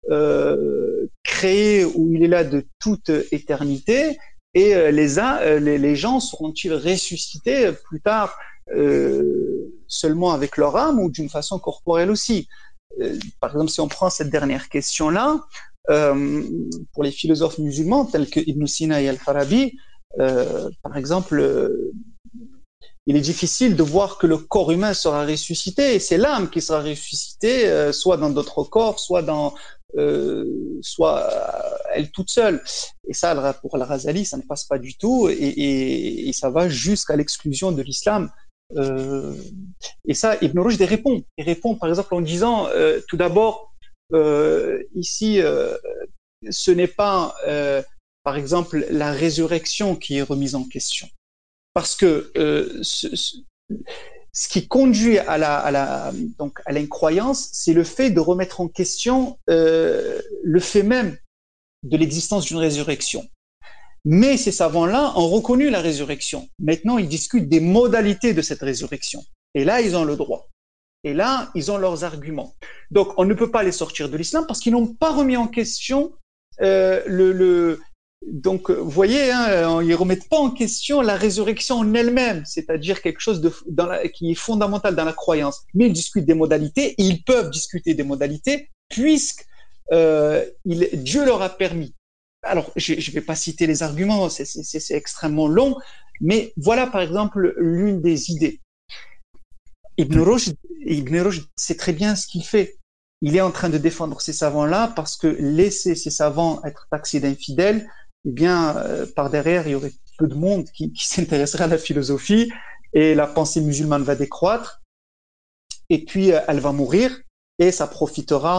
euh, créé ou il est là de toute éternité? Et euh, les, euh, les, les gens seront-ils ressuscités plus tard euh, seulement avec leur âme ou d'une façon corporelle aussi? euh, Par exemple, si on prend cette dernière question-là, euh, pour les philosophes musulmans tels que Ibn Sina et Al-Farabi, Euh, par exemple, euh, il est difficile de voir que le corps humain sera ressuscité et c'est l'âme qui sera ressuscitée, euh, soit dans d'autres corps, soit dans, euh, soit euh, elle toute seule. Et ça, pour Al-Ghazali, ça ne passe pas du tout et, et, et ça va jusqu'à l'exclusion de l'islam. Euh, et ça, Ibn Rushd répond. Il répond, par exemple, en disant, euh, tout d'abord, euh, ici, euh, ce n'est pas euh, par exemple, la résurrection qui est remise en question. Parce que euh, ce, ce, ce qui conduit à, la, à, la, donc à l'incroyance, c'est le fait de remettre en question euh, le fait même de l'existence d'une résurrection. Mais ces savants-là ont reconnu la résurrection. Maintenant, ils discutent des modalités de cette résurrection. Et là, ils ont le droit. Et là, ils ont leurs arguments. Donc, on ne peut pas les sortir de l'islam parce qu'ils n'ont pas remis en question euh, le... le Donc, vous voyez, hein, ils ne remettent pas en question la résurrection en elle-même, c'est-à-dire quelque chose de, dans la, qui est fondamental dans la croyance. Mais ils discutent des modalités et ils peuvent discuter des modalités puisque euh, il, Dieu leur a permis. Alors, je ne vais pas citer les arguments, c'est, c'est, c'est extrêmement long, mais voilà par exemple l'une des idées. Ibn Rushd, Ibn Rushd sait très bien ce qu'il fait. Il est en train de défendre ces savants-là parce que laisser ces savants être taxés d'infidèles, eh bien, euh, par derrière, il y aurait peu de monde qui, qui s'intéresserait à la philosophie et la pensée musulmane va décroître et puis euh, elle va mourir et ça profitera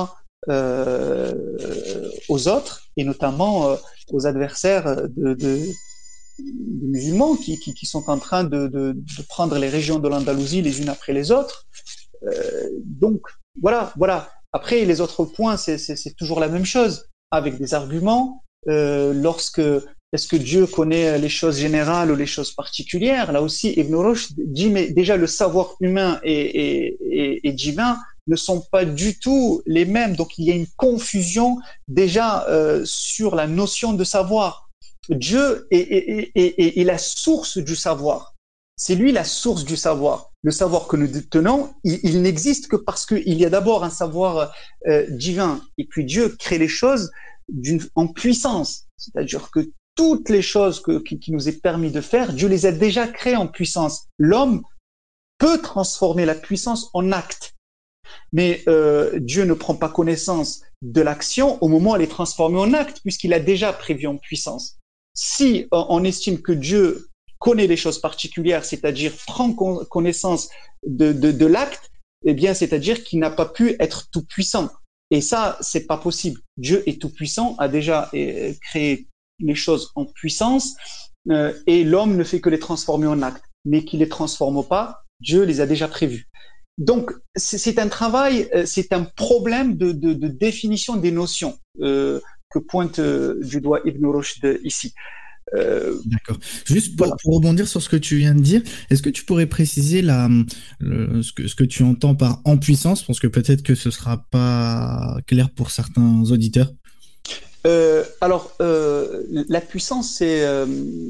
euh, aux autres et notamment euh, aux adversaires de, de, des musulmans qui, qui, qui sont en train de, de, de prendre les régions de l'Andalousie les unes après les autres. Euh, donc, voilà, voilà. Après, les autres points, c'est, c'est, c'est toujours la même chose, avec des arguments. Euh, lorsque, est-ce que Dieu connaît les choses générales ou les choses particulières? Là aussi, Ibn Rushd dit, mais déjà, le savoir humain et, et, et, et divin ne sont pas du tout les mêmes. Donc, il y a une confusion déjà euh, sur la notion de savoir. Dieu est, est, est, est, est la source du savoir. C'est lui la source du savoir. Le savoir que nous détenons, il, il n'existe que parce qu'il y a d'abord un savoir euh, divin. Et puis Dieu crée les choses d'une, en puissance. C'est-à-dire que toutes les choses que, qui, qui nous est permis de faire, Dieu les a déjà créées en puissance. L'homme peut transformer la puissance en acte. Mais euh, Dieu ne prend pas connaissance de l'action au moment où elle est transformée en acte, puisqu'il a déjà prévu en puissance. Si on estime que Dieu connaît les choses particulières, c'est-à-dire prend connaissance de, de, de l'acte, eh bien, c'est-à-dire qu'il n'a pas pu être tout puissant. Et ça, c'est pas possible. Dieu est tout puissant, a déjà créé les choses en puissance, euh, et l'homme ne fait que les transformer en acte. Mais qu'il les transforme pas, Dieu les a déjà prévus. Donc, c'est, c'est un travail, c'est un problème de, de, de définition des notions. Euh, que pointe euh, du doigt Ibn Rushd ici. Euh, D'accord. Juste pour, voilà. pour rebondir sur ce que tu viens de dire, est-ce que tu pourrais préciser la, le, ce, que, ce que tu entends par en puissance, parce que peut-être que ce sera pas clair pour certains auditeurs. Euh, alors, euh, la puissance, c'est euh,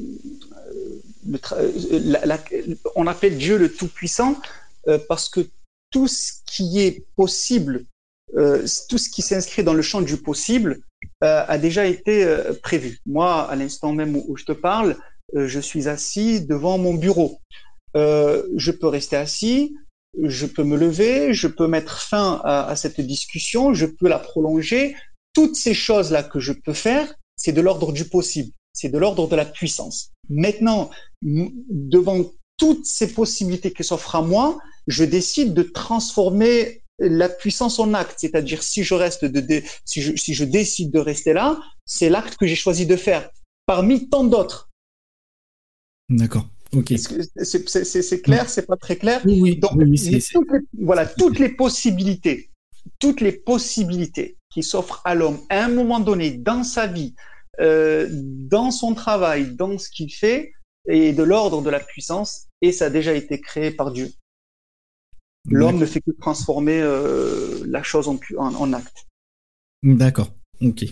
le tra- la, la, on appelle Dieu le Tout-Puissant euh, parce que tout ce qui est possible, euh, tout ce qui s'inscrit dans le champ du possible, Euh, a déjà été euh, prévu. Moi, à l'instant même où, où je te parle, euh, je suis assis devant mon bureau. Euh, je peux rester assis, je peux me lever, je peux mettre fin à, à cette discussion, je peux la prolonger. Toutes ces choses-là que je peux faire, c'est de l'ordre du possible, c'est de l'ordre de la puissance. Maintenant, m- devant toutes ces possibilités qui s'offrent à moi, je décide de transformer la puissance en acte, c'est-à-dire si je reste de, de si je si je décide de rester là, c'est l'acte que j'ai choisi de faire parmi tant d'autres. D'accord. Ok. Est-ce que c'est, c'est, c'est, c'est clair, c'est pas très clair. Oui, oui. Donc oui, oui, c'est, toutes les, voilà c'est toutes les possibilités, toutes les possibilités qui s'offrent à l'homme à un moment donné dans sa vie, euh, dans son travail, dans ce qu'il fait, est de l'ordre de la puissance et ça a déjà été créé par Dieu. L'homme D'accord. ne fait que transformer euh, la chose en, en, en acte. D'accord, ok.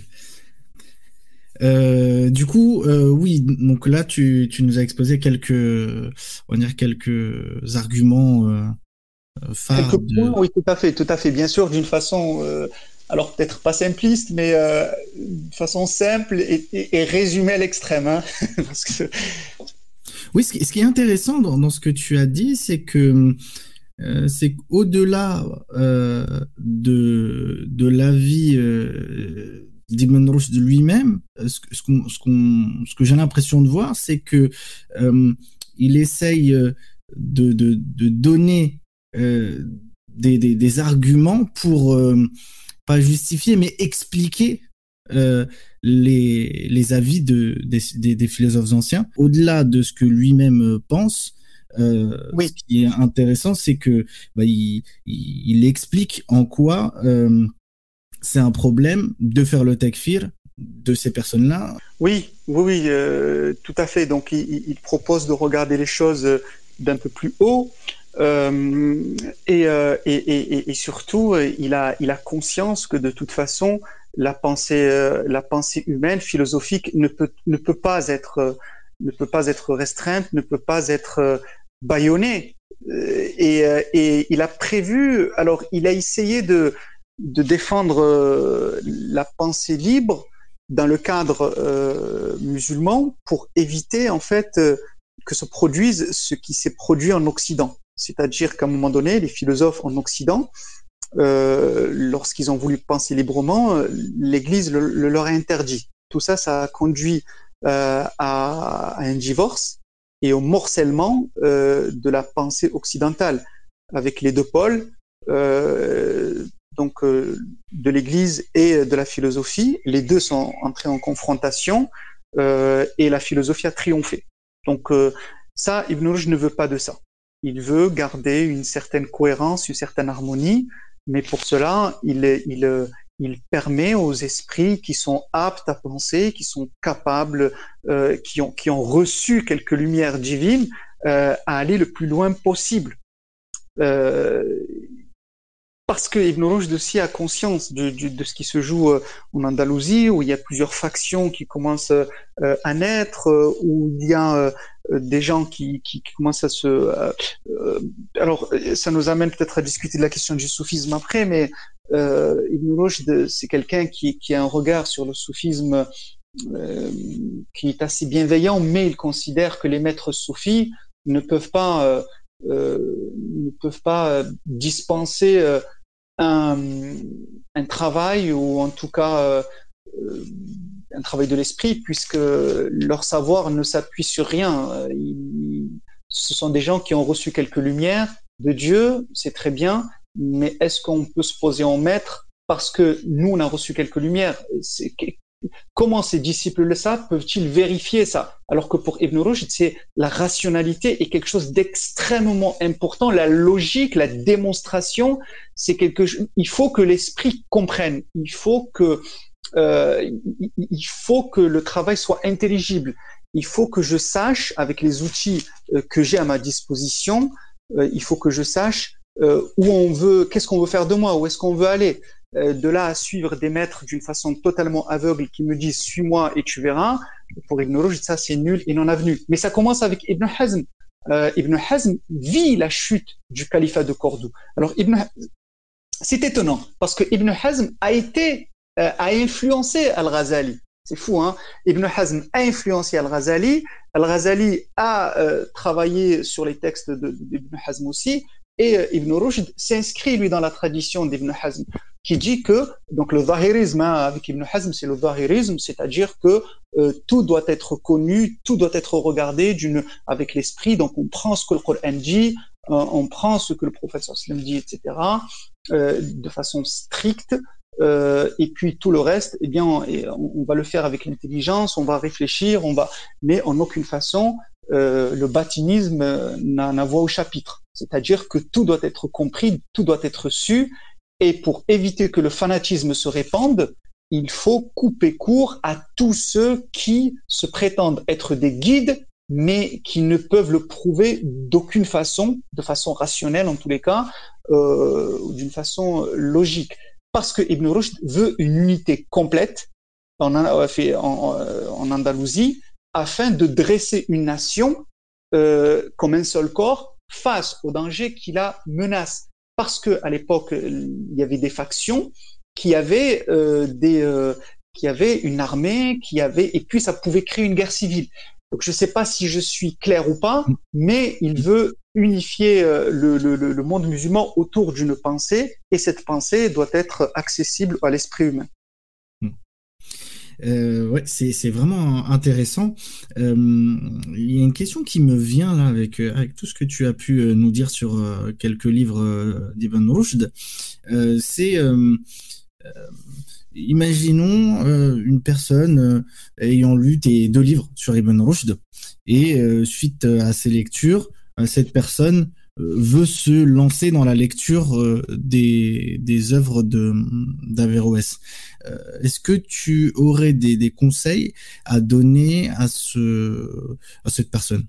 Euh, du coup, euh, oui, donc là, tu, tu nous as exposé quelques, on va dire quelques arguments euh, phares. Quelques de... points, oui, tout à fait, tout à fait. Bien sûr, d'une façon, euh, alors peut-être pas simpliste, mais euh, de façon simple et, et, et résumée à l'extrême. Hein, parce que... Oui, ce qui, ce qui est intéressant dans, dans ce que tu as dit, c'est que Euh, c'est qu'au-delà euh, de, de l'avis euh, d'Ibn Rushd de lui-même, ce, ce, qu'on, ce, qu'on, ce que j'ai l'impression de voir, c'est que euh, il essaye de, de, de donner euh, des, des, des arguments pour euh, pas justifier, mais expliquer euh, les, les avis de, des, des, des philosophes anciens, au-delà de ce que lui-même pense. Euh, oui. Ce qui est intéressant, c'est que bah, il, il, il explique en quoi euh, c'est un problème de faire le takfir de ces personnes-là. Oui, oui, oui, euh, tout à fait. Donc, il, il propose de regarder les choses d'un peu plus haut. Euh, et, euh, et, et, et surtout, il a, il a conscience que de toute façon, la pensée, euh, la pensée humaine, philosophique, ne peut, ne peut pas être, euh, ne peut pas être restreinte, ne peut pas être euh, bâillonnée. Euh, et, euh, et il a prévu, alors il a essayé de, de défendre euh, la pensée libre dans le cadre euh, musulman pour éviter en fait euh, que se produise ce qui s'est produit en Occident. C'est-à-dire qu'à un moment donné, les philosophes en Occident, euh, lorsqu'ils ont voulu penser librement, l'Église le, le leur a interdit. Tout ça, ça a conduit euh, à, à un divorce et au morcellement euh, de la pensée occidentale, avec les deux pôles, euh, donc euh, de l'Église et de la philosophie. Les deux sont entrés en confrontation euh, et la philosophie a triomphé. Donc euh, ça, Ibn Rushd ne veut pas de ça. Il veut garder une certaine cohérence, une certaine harmonie, mais pour cela, il, il, il permet aux esprits qui sont aptes à penser, qui sont capables, euh, qui, ont, qui ont reçu quelques lumières divines, euh, à aller le plus loin possible. Euh, parce que Ibn Rushd aussi a conscience de, de, de ce qui se joue en Andalousie, où il y a plusieurs factions qui commencent euh, à naître, euh, où il y a euh, des gens qui, qui, qui commencent à se... Euh, euh, alors, ça nous amène peut-être à discuter de la question du soufisme après, mais euh, Ibn Rushd, c'est quelqu'un qui, qui a un regard sur le soufisme euh, qui est assez bienveillant, mais il considère que les maîtres soufis ne peuvent pas... Euh, Euh, ne peuvent pas euh, dispenser euh, un, un travail ou en tout cas euh, un travail de l'esprit puisque leur savoir ne s'appuie sur rien. Ils, ce sont des gens qui ont reçu quelques lumières de Dieu, c'est très bien, mais est-ce qu'on peut se poser en maître parce que nous on a reçu quelques lumières? C'est, comment ces disciples le savent? Peuvent-ils vérifier ça? Alors que pour Ibn Rushd, c'est la rationalité est quelque chose d'extrêmement important. La logique, la démonstration, c'est quelque chose. Il faut que l'esprit comprenne. Il faut que euh, il faut que le travail soit intelligible. Il faut que je sache, avec les outils euh, que j'ai à ma disposition, euh, il faut que je sache euh, où on veut, qu'est-ce qu'on veut faire de moi, où est-ce qu'on veut aller. De là à suivre des maîtres d'une façon totalement aveugle qui me disent « suis-moi et tu verras », pour Ibn Rushd, ça c'est nul et non avenu. Mais ça commence avec Ibn Hazm. Euh, Ibn Hazm vit la chute du califat de Cordoue. Alors Ibn Hazm, c'est étonnant parce que Ibn Hazm a été, euh, a influencé Al-Ghazali. C'est fou, hein? Ibn Hazm a influencé Al-Ghazali. Al-Ghazali a euh, travaillé sur les textes de, d'Ibn Hazm aussi. Et euh, Ibn Rushd s'inscrit, lui, dans la tradition d'Ibn Hazm, qui dit que, donc le zahirisme, hein, avec Ibn Hazm, c'est le zahirisme, c'est-à-dire que euh, tout doit être connu, tout doit être regardé d'une, avec l'esprit, donc on prend ce que le Coran dit, euh, on prend ce que le prophète sallam dit, et cetera, euh, de façon stricte, euh, et puis tout le reste, eh bien, on, on va le faire avec l'intelligence, on va réfléchir, on va, mais en aucune façon, euh, le batinisme n'a, n'a voix au chapitre. C'est-à-dire que tout doit être compris, tout doit être su, et pour éviter que le fanatisme se répande, il faut couper court à tous ceux qui se prétendent être des guides, mais qui ne peuvent le prouver d'aucune façon, de façon rationnelle en tous les cas, euh, d'une façon logique. Parce que Ibn Rushd veut une unité complète en, en, en Andalousie, afin de dresser une nation euh, comme un seul corps, face au danger qui la menace. Parce que à l'époque, il y avait des factions qui avaient euh, des, euh, qui avaient une armée, qui avaient, et puis ça pouvait créer une guerre civile. Donc je ne sais pas si je suis clair ou pas, mais il veut unifier euh, le, le, le monde musulman autour d'une pensée, et cette pensée doit être accessible à l'esprit humain. Euh, ouais, c'est, c'est vraiment intéressant. Euh, il y a une question qui me vient là avec, avec tout ce que tu as pu nous dire sur euh, quelques livres euh, d'Ibn Rushd. Euh, c'est, euh, euh, imaginons euh, une personne euh, ayant lu tes deux livres sur Ibn Rushd et euh, suite à ces lectures, euh, cette personne veut se lancer dans la lecture euh, des, des œuvres de, d'Averroès. Euh, est-ce que tu aurais des, des conseils à donner à, ce, à cette personne?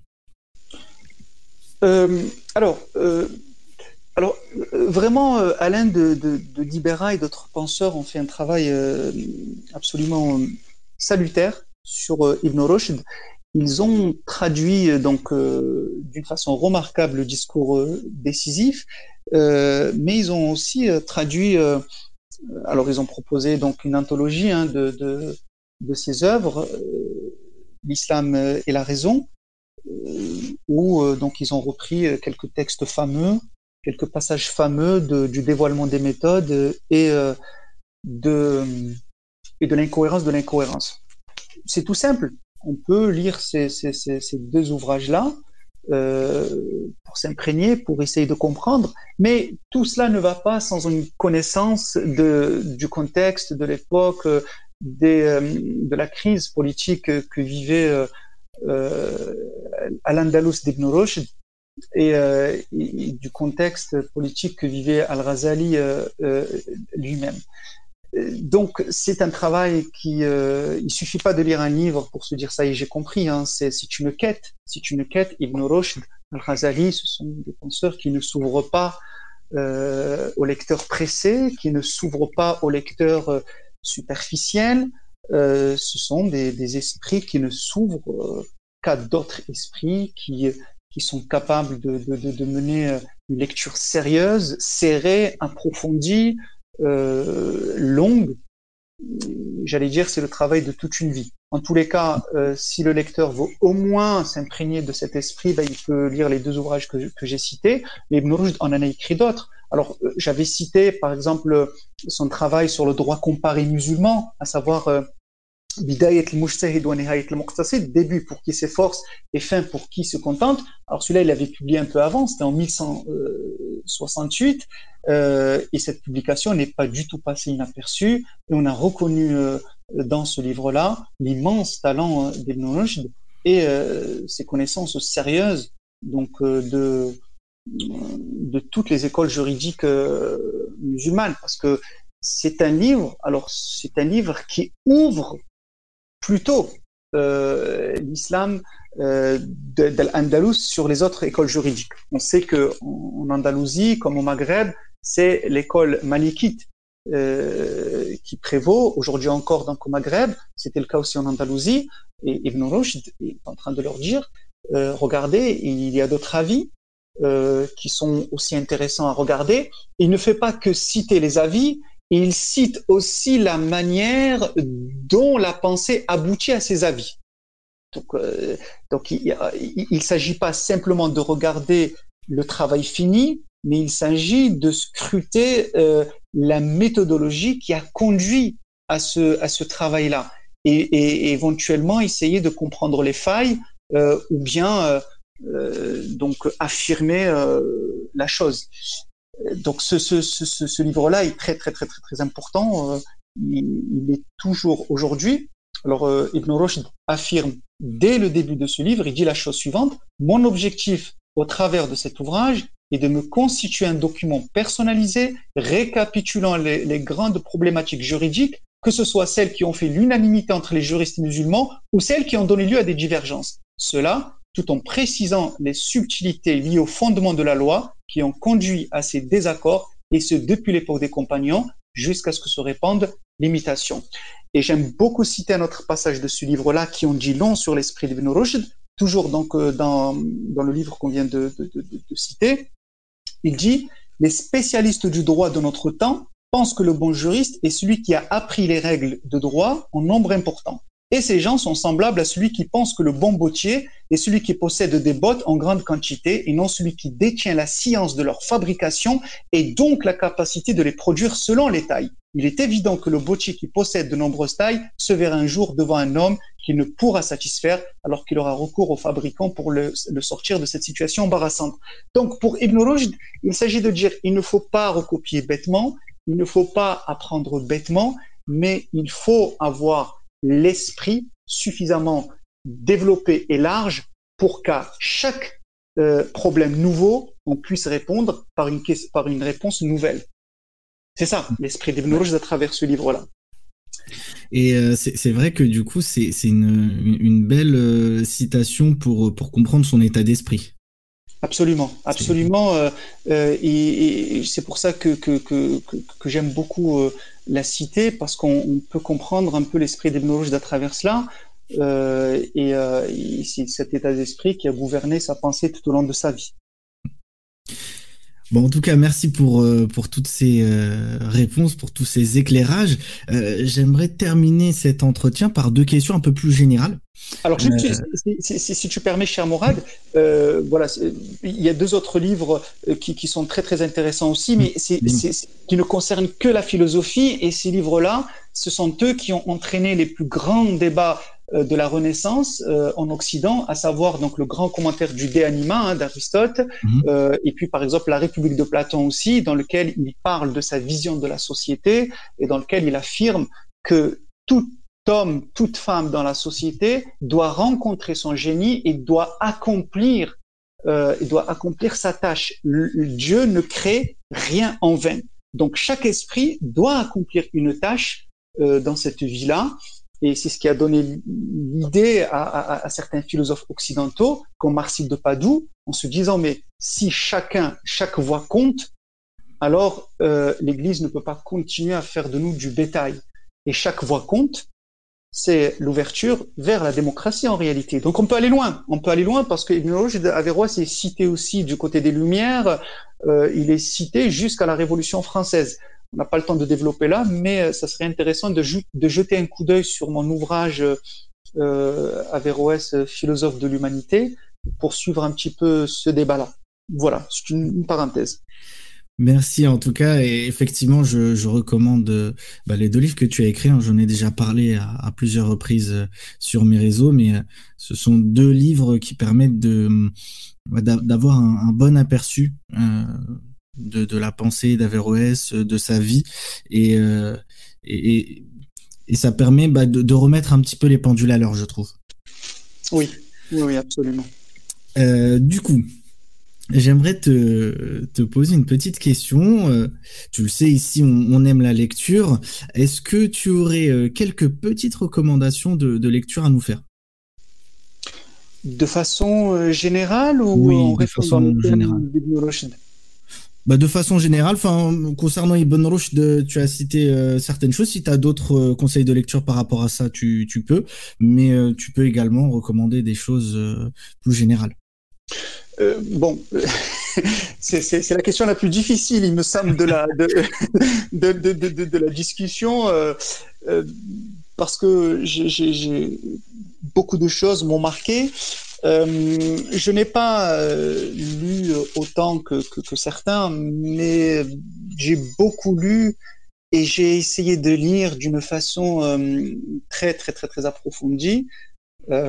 euh, Alors, euh, alors vraiment, euh, Alain de, de, de Dibera et d'autres penseurs ont fait un travail euh, absolument salutaire sur euh, Ibn Rushd. Ils ont traduit donc euh, d'une façon remarquable le discours euh, décisif, euh, mais ils ont aussi euh, traduit. Euh, alors ils ont proposé donc une anthologie hein, de, de de ces œuvres, euh, l'Islam et la raison, euh, où euh, donc ils ont repris quelques textes fameux, quelques passages fameux de, du dévoilement des méthodes et euh, de et de l'incohérence de l'incohérence. C'est tout simple. On peut lire ces, ces, ces, ces deux ouvrages-là euh, pour s'imprégner, pour essayer de comprendre, mais tout cela ne va pas sans une connaissance de, du contexte, de l'époque, des, euh, de la crise politique que vivait euh, euh, Al-Andalus d'Ibn Rushd et, euh, et du contexte politique que vivait Al-Ghazali euh, euh, lui-même. Donc, c'est un travail qui, euh, il suffit pas de lire un livre pour se dire ça y est, j'ai compris. Hein, c'est, c'est une quête, c'est une quête. Ibn Rushd, Al-Ghazali, ce sont des penseurs qui ne s'ouvrent pas euh, aux lecteurs pressés, qui ne s'ouvrent pas aux lecteurs euh, superficiels. Euh, ce sont des, des esprits qui ne s'ouvrent euh, qu'à d'autres esprits qui qui sont capables de, de, de, de mener une lecture sérieuse, serrée, approfondie. Euh, longue, j'allais dire, c'est le travail de toute une vie. En tous les cas, euh, si le lecteur veut au moins s'imprégner de cet esprit, ben, il peut lire les deux ouvrages que, que j'ai cités, mais Ibn Rushd en a écrit d'autres. Alors, euh, j'avais cité, par exemple, son travail sur le droit comparé musulman, à savoir euh, Bidayat al-Mujtahid wa Nihayat al-Muqtasid, début pour qui s'efforce et fin pour qui se contente. Alors celui-là, il l'avait publié un peu avant, c'était en mille cent soixante-huit, euh, et cette publication n'est pas du tout passée inaperçue, et on a reconnu euh, dans ce livre-là l'immense talent euh, d'Ibn Rushd et euh, ses connaissances sérieuses donc euh, de de toutes les écoles juridiques euh, musulmanes, parce que c'est un livre, alors c'est un livre qui ouvre plutôt euh, l'islam euh, d'Al-Andalus sur les autres écoles juridiques. On sait que en Andalousie, comme au Maghreb, c'est l'école malikite euh, qui prévaut aujourd'hui encore donc au Maghreb. C'était le cas aussi en Andalousie. Et Ibn Rushd est en train de leur dire euh, regardez, il y a d'autres avis euh, qui sont aussi intéressants à regarder. Il ne fait pas que citer les avis. Et il cite aussi la manière dont la pensée aboutit à ses avis. Donc, euh, donc il ne s'agit pas simplement de regarder le travail fini, mais il s'agit de scruter euh, la méthodologie qui a conduit à ce, à ce travail-là et, et éventuellement essayer de comprendre les failles euh, ou bien euh, euh, donc affirmer euh, la chose. Donc ce, ce, ce, ce livre-là est très très très très très important. Euh, il, il est toujours aujourd'hui. Alors euh, Ibn Rushd affirme dès le début de ce livre, il dit la chose suivante: mon objectif au travers de cet ouvrage est de me constituer un document personnalisé récapitulant les, les grandes problématiques juridiques, que ce soit celles qui ont fait l'unanimité entre les juristes musulmans ou celles qui ont donné lieu à des divergences. Cela tout en précisant les subtilités liées au fondement de la loi qui ont conduit à ces désaccords, et ce depuis l'époque des compagnons jusqu'à ce que se répandent l'imitation. Et j'aime beaucoup citer un autre passage de ce livre-là qui en dit long sur l'esprit d'Ibn Rushd, toujours donc dans, dans le livre qu'on vient de, de, de, de citer. Il dit « Les spécialistes du droit de notre temps pensent que le bon juriste est celui qui a appris les règles de droit en nombre important. Et ces gens sont semblables à celui qui pense que le bon bottier est celui qui possède des bottes en grande quantité et non celui qui détient la science de leur fabrication et donc la capacité de les produire selon les tailles. Il est évident que le bottier qui possède de nombreuses tailles se verra un jour devant un homme qu'il ne pourra satisfaire alors qu'il aura recours au fabricant pour le, le sortir de cette situation embarrassante. » Donc pour Ibn Rushd, il s'agit de dire il ne faut pas recopier bêtement, il ne faut pas apprendre bêtement, mais il faut avoir l'esprit suffisamment développé et large pour qu'à chaque euh, problème nouveau, on puisse répondre par une, par une réponse nouvelle. C'est ça, l'esprit d'Ibn Rushd à travers ce livre-là. Et euh, c'est, c'est vrai que du coup, c'est, c'est une, une belle euh, citation pour, pour comprendre son état d'esprit. Absolument, absolument. Euh, euh, et, et c'est pour ça que, que, que, que, que j'aime beaucoup euh, la citer, parce qu'on on peut comprendre un peu l'esprit d'Ibn Rushd à travers cela. Euh, et, euh, et c'est cet état d'esprit qui a gouverné sa pensée tout au long de sa vie. Bon, en tout cas, merci pour euh, pour toutes ces euh, réponses, pour tous ces éclairages. Euh, j'aimerais terminer cet entretien par deux questions un peu plus générales. Alors, juste, euh... si, si, si, si tu permets, cher Morad, euh, voilà, il y a deux autres livres qui, qui sont très très intéressants aussi, mais c'est, c'est, c'est, qui ne concernent que la philosophie. Et ces livres-là, ce sont eux qui ont entraîné les plus grands débats de la Renaissance euh, en Occident, à savoir donc le grand commentaire du De Anima hein, d'Aristote, mmh. euh, et puis par exemple la République de Platon aussi, dans lequel il parle de sa vision de la société et dans lequel il affirme que tout homme, toute femme dans la société doit rencontrer son génie et doit accomplir, euh, doit accomplir sa tâche. Le, Dieu ne crée rien en vain. Donc chaque esprit doit accomplir une tâche euh, dans cette vie-là. Et c'est ce qui a donné l'idée à, à, à certains philosophes occidentaux, comme Marcille de Padoue, en se disant, mais si chacun, chaque voix compte, alors euh, l'Église ne peut pas continuer à faire de nous du bétail. Et chaque voix compte, c'est l'ouverture vers la démocratie en réalité. Donc on peut aller loin, on peut aller loin parce que Ibn Rushd Averroès est cité aussi du côté des Lumières, euh, il est cité jusqu'à la Révolution française. On n'a pas le temps de développer là, mais ça serait intéressant de, de jeter un coup d'œil sur mon ouvrage euh, Averroès, philosophe de l'humanité, pour suivre un petit peu ce débat-là. Voilà, c'est une, une parenthèse. Merci en tout cas, et effectivement je, je recommande bah, les deux livres que tu as écrits. J'en ai déjà parlé à, à plusieurs reprises sur mes réseaux, mais ce sont deux livres qui permettent de d'avoir un, un bon aperçu euh, de, de la pensée d'Averroès, de sa vie, et, euh, et, et ça permet bah, de, de remettre un petit peu les pendules à l'heure, je trouve. Oui, oui, oui, absolument. Euh, du coup, j'aimerais te, te poser une petite question. Euh, tu le sais, ici, on, on aime la lecture. Est-ce que tu aurais euh, quelques petites recommandations de, de lecture à nous faire? De façon euh, générale ou Oui, on de reste dans le façon générale. thème d'Ibn Rushd? Bah, de façon générale, enfin, concernant Ibn Rushd, tu as cité euh, certaines choses. Si tu as d'autres euh, conseils de lecture par rapport à ça, tu, tu peux. Mais euh, tu peux également recommander des choses euh, plus générales. Euh, bon, c'est, c'est, c'est la question la plus difficile, il me semble, de la, de, de, de, de, de, de la discussion, euh, euh, parce que j'ai, j'ai, j'ai beaucoup de choses m'ont marqué. Euh, je n'ai pas euh, lu autant que, que, que certains, mais j'ai beaucoup lu et j'ai essayé de lire d'une façon euh, très, très, très, très approfondie. Euh,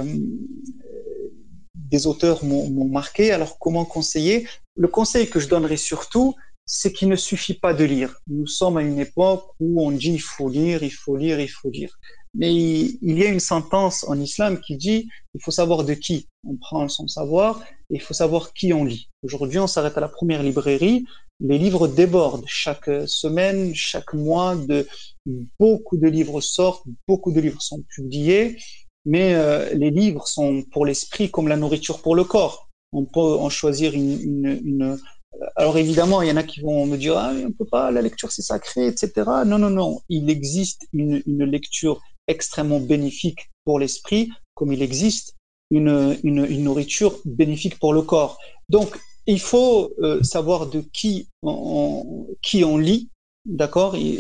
des auteurs m'ont, m'ont marqué. Alors, comment conseiller? Le conseil que je donnerais surtout, c'est qu'il ne suffit pas de lire. Nous sommes à une époque où on dit il faut lire, il faut lire, il faut lire. Mais il, il y a une sentence en islam qui dit il faut savoir de qui on prend son savoir et il faut savoir qui on lit. Aujourd'hui, on s'arrête à la première librairie. Les livres débordent chaque semaine, chaque mois. De, beaucoup de livres sortent, beaucoup de livres sont publiés. Mais euh, les livres sont pour l'esprit comme la nourriture pour le corps. On peut en choisir une, une, une... Alors évidemment, il y en a qui vont me dire ah, on peut pas, la lecture c'est sacré, et cetera. Non, non, non. Il existe une, une lecture extrêmement bénéfique pour l'esprit, comme il existe une, une, une nourriture bénéfique pour le corps. Donc, il faut euh, savoir de qui on, qui on lit, d'accord. Et,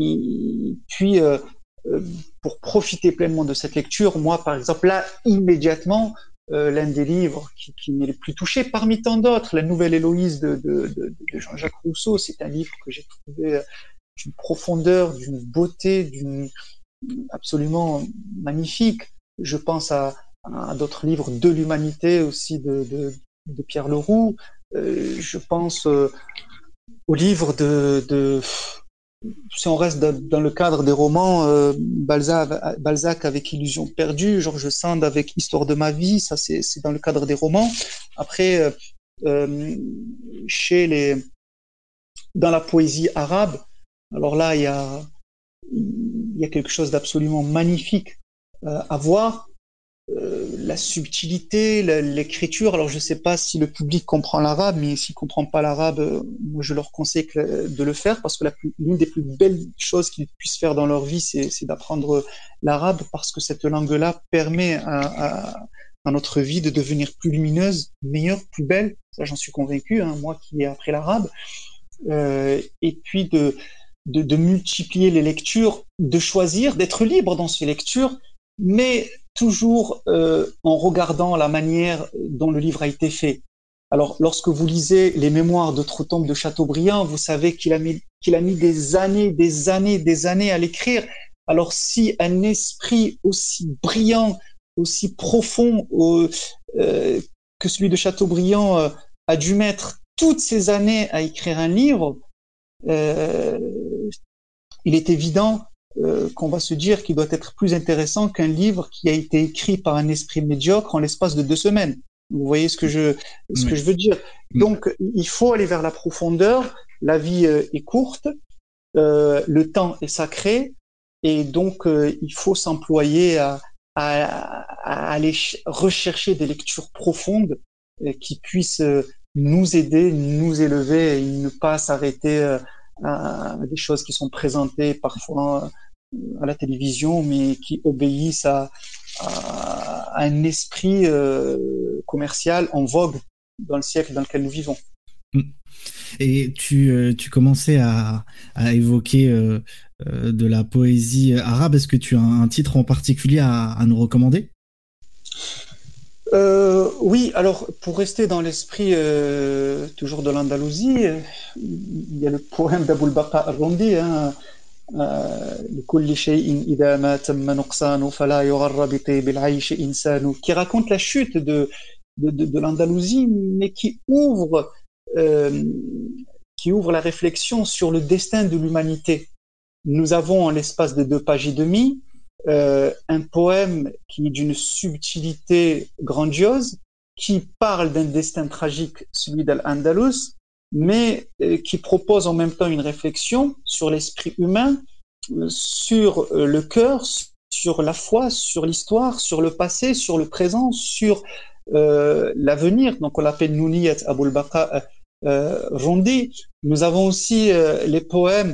et puis euh, pour profiter pleinement de cette lecture, moi, par exemple, là, immédiatement, euh, l'un des livres qui, qui m'est le plus touché, parmi tant d'autres, La Nouvelle Héloïse de, de, de, de Jean-Jacques Rousseau, c'est un livre que j'ai trouvé d'une profondeur, d'une beauté, d'une absolument magnifique. Je pense à, à d'autres livres de l'humanité aussi de, de, de Pierre Leroux. Euh, je pense euh, au livre de, de si on reste dans le cadre des romans, euh, Balzac, Balzac avec Illusion perdue, George Sand avec Histoire de ma vie, ça c'est, c'est dans le cadre des romans. Après, euh, chez les, dans la poésie arabe, alors là il y a, il y a quelque chose d'absolument magnifique euh, à voir. Euh, la subtilité, la, l'écriture. Alors, je ne sais pas si le public comprend l'arabe, mais s'il ne comprend pas l'arabe, euh, moi, je leur conseille que, de le faire parce que la plus, l'une des plus belles choses qu'ils puissent faire dans leur vie, c'est, c'est d'apprendre l'arabe parce que cette langue-là permet à, à, à notre vie de devenir plus lumineuse, meilleure, plus belle. Ça, j'en suis convaincu, hein, moi qui ai appris l'arabe. Euh, et puis de, de, de multiplier les lectures, de choisir, d'être libre dans ces lectures, mais toujours euh, en regardant la manière dont le livre a été fait. Alors, lorsque vous lisez les mémoires de Trottombe de Chateaubriand, vous savez qu'il a mis, qu'il a mis des années, des années, des années à l'écrire. Alors, si un esprit aussi brillant, aussi profond euh, que celui de Chateaubriand euh, a dû mettre toutes ces années à écrire un livre, euh, il est évident euh, qu'on va se dire qu'il doit être plus intéressant qu'un livre qui a été écrit par un esprit médiocre en l'espace de deux semaines. Vous voyez ce que je, ce Oui. que je veux dire. Donc, il faut aller vers la profondeur. La vie euh, est courte, euh, le temps est sacré, et donc euh, il faut s'employer à, à, à aller rechercher des lectures profondes euh, qui puissent euh, nous aider, nous élever, et ne pas s'arrêter euh, à des choses qui sont présentées parfois à la télévision, mais qui obéissent à, à, à un esprit euh, commercial en vogue dans le siècle dans lequel nous vivons. Et tu, euh, tu commençais à, à évoquer euh, euh, de la poésie arabe. Est-ce que tu as un titre en particulier à, à nous recommander ? Euh, oui, alors pour rester dans l'esprit euh, toujours de l'Andalousie, euh, il y a le poème d'Aboul Baqa al-Rondi, hein, لكل شيء إذا ما تم نقصان فلا يغر بطيب العيش إنسان, qui raconte la chute de, de, de, de l'Andalousie, mais qui ouvre, euh, qui ouvre la réflexion sur le destin de l'humanité. Nous avons en l'espace de deux pages et demie euh, un poème qui est d'une subtilité grandiose, qui parle d'un destin tragique, celui d'Al-Andalus, mais euh, qui propose en même temps une réflexion sur l'esprit humain, euh, sur euh, le cœur, sur la foi, sur l'histoire, sur le passé, sur le présent, sur euh, l'avenir. Donc on l'appelle Nouniyat Aboul Baqa euh, Rondi. Nous avons aussi euh, les poèmes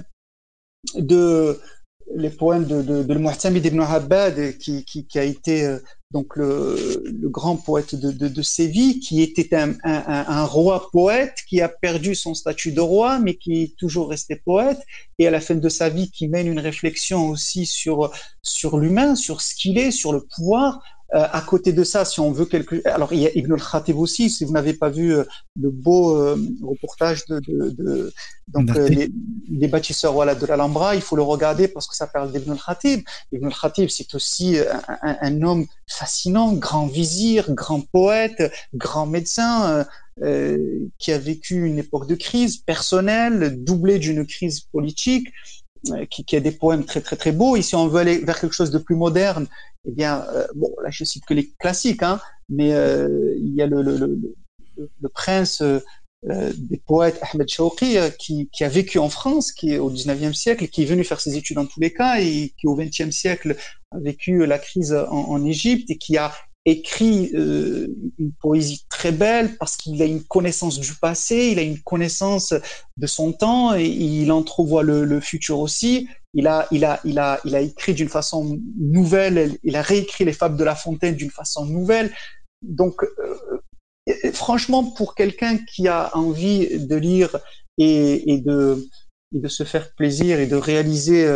de les poèmes de, de, de Mu'tamid ibn Abbad, qui, qui, qui a été euh, donc le, le grand poète de, de, de Séville, qui était un, un, un roi poète, qui a perdu son statut de roi, mais qui est toujours resté poète, et à la fin de sa vie, qui mène une réflexion aussi sur, sur l'humain, sur ce qu'il est, sur le pouvoir. Euh, à côté de ça, si on veut quelque... Alors, il y a Ibn al-Khatib aussi, si vous n'avez pas vu euh, le beau euh, reportage de, de, de donc, euh, les, les bâtisseurs voilà, de l'Alhambra, il faut le regarder parce que ça parle d'Ibn al-Khatib. Ibn al-Khatib, c'est aussi un, un, un homme fascinant, grand vizir, grand poète, grand médecin, euh, euh, qui a vécu une époque de crise personnelle, doublée d'une crise politique, euh, qui, qui a des poèmes très, très, très beaux. Et si on veut aller vers quelque chose de plus moderne, eh bien, euh, bon, là, je cite que les classiques, hein, mais euh, il y a le, le, le, le, le prince euh, des poètes, Ahmed Shawqi, euh, qui, qui a vécu en France, qui est au dix-neuvième siècle, qui est venu faire ses études en tous les cas, et qui au vingtième siècle a vécu la crise en, en Égypte, et qui a écrit euh, une poésie très belle parce qu'il a une connaissance du passé, il a une connaissance de son temps, et il entrevoit le, le futur aussi. Il a, il a, il a, il a écrit d'une façon nouvelle, il a réécrit les fables de La Fontaine d'une façon nouvelle. Donc, euh, franchement, pour quelqu'un qui a envie de lire et, et, de, et de se faire plaisir et de réaliser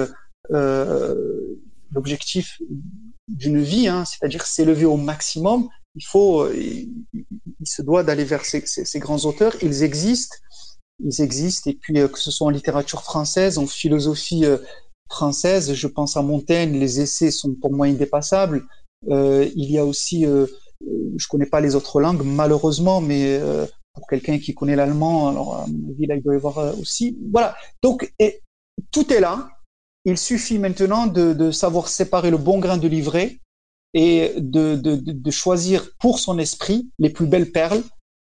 euh, l'objectif d'une vie, hein, c'est-à-dire s'élever au maximum, il faut, il, il se doit d'aller vers ces, ces, ces grands auteurs. Ils existent, ils existent, et puis que ce soit en littérature française, en philosophie euh, française, je pense à Montaigne, les essais sont pour moi indépassables. Euh, il y a aussi, euh, je connais pas les autres langues malheureusement, mais euh, pour quelqu'un qui connaît l'allemand, alors à mon avis là il doit y avoir aussi. Voilà. Donc et, tout est là. Il suffit maintenant de, de savoir séparer le bon grain de l'ivraie et de, de, de choisir pour son esprit les plus belles perles.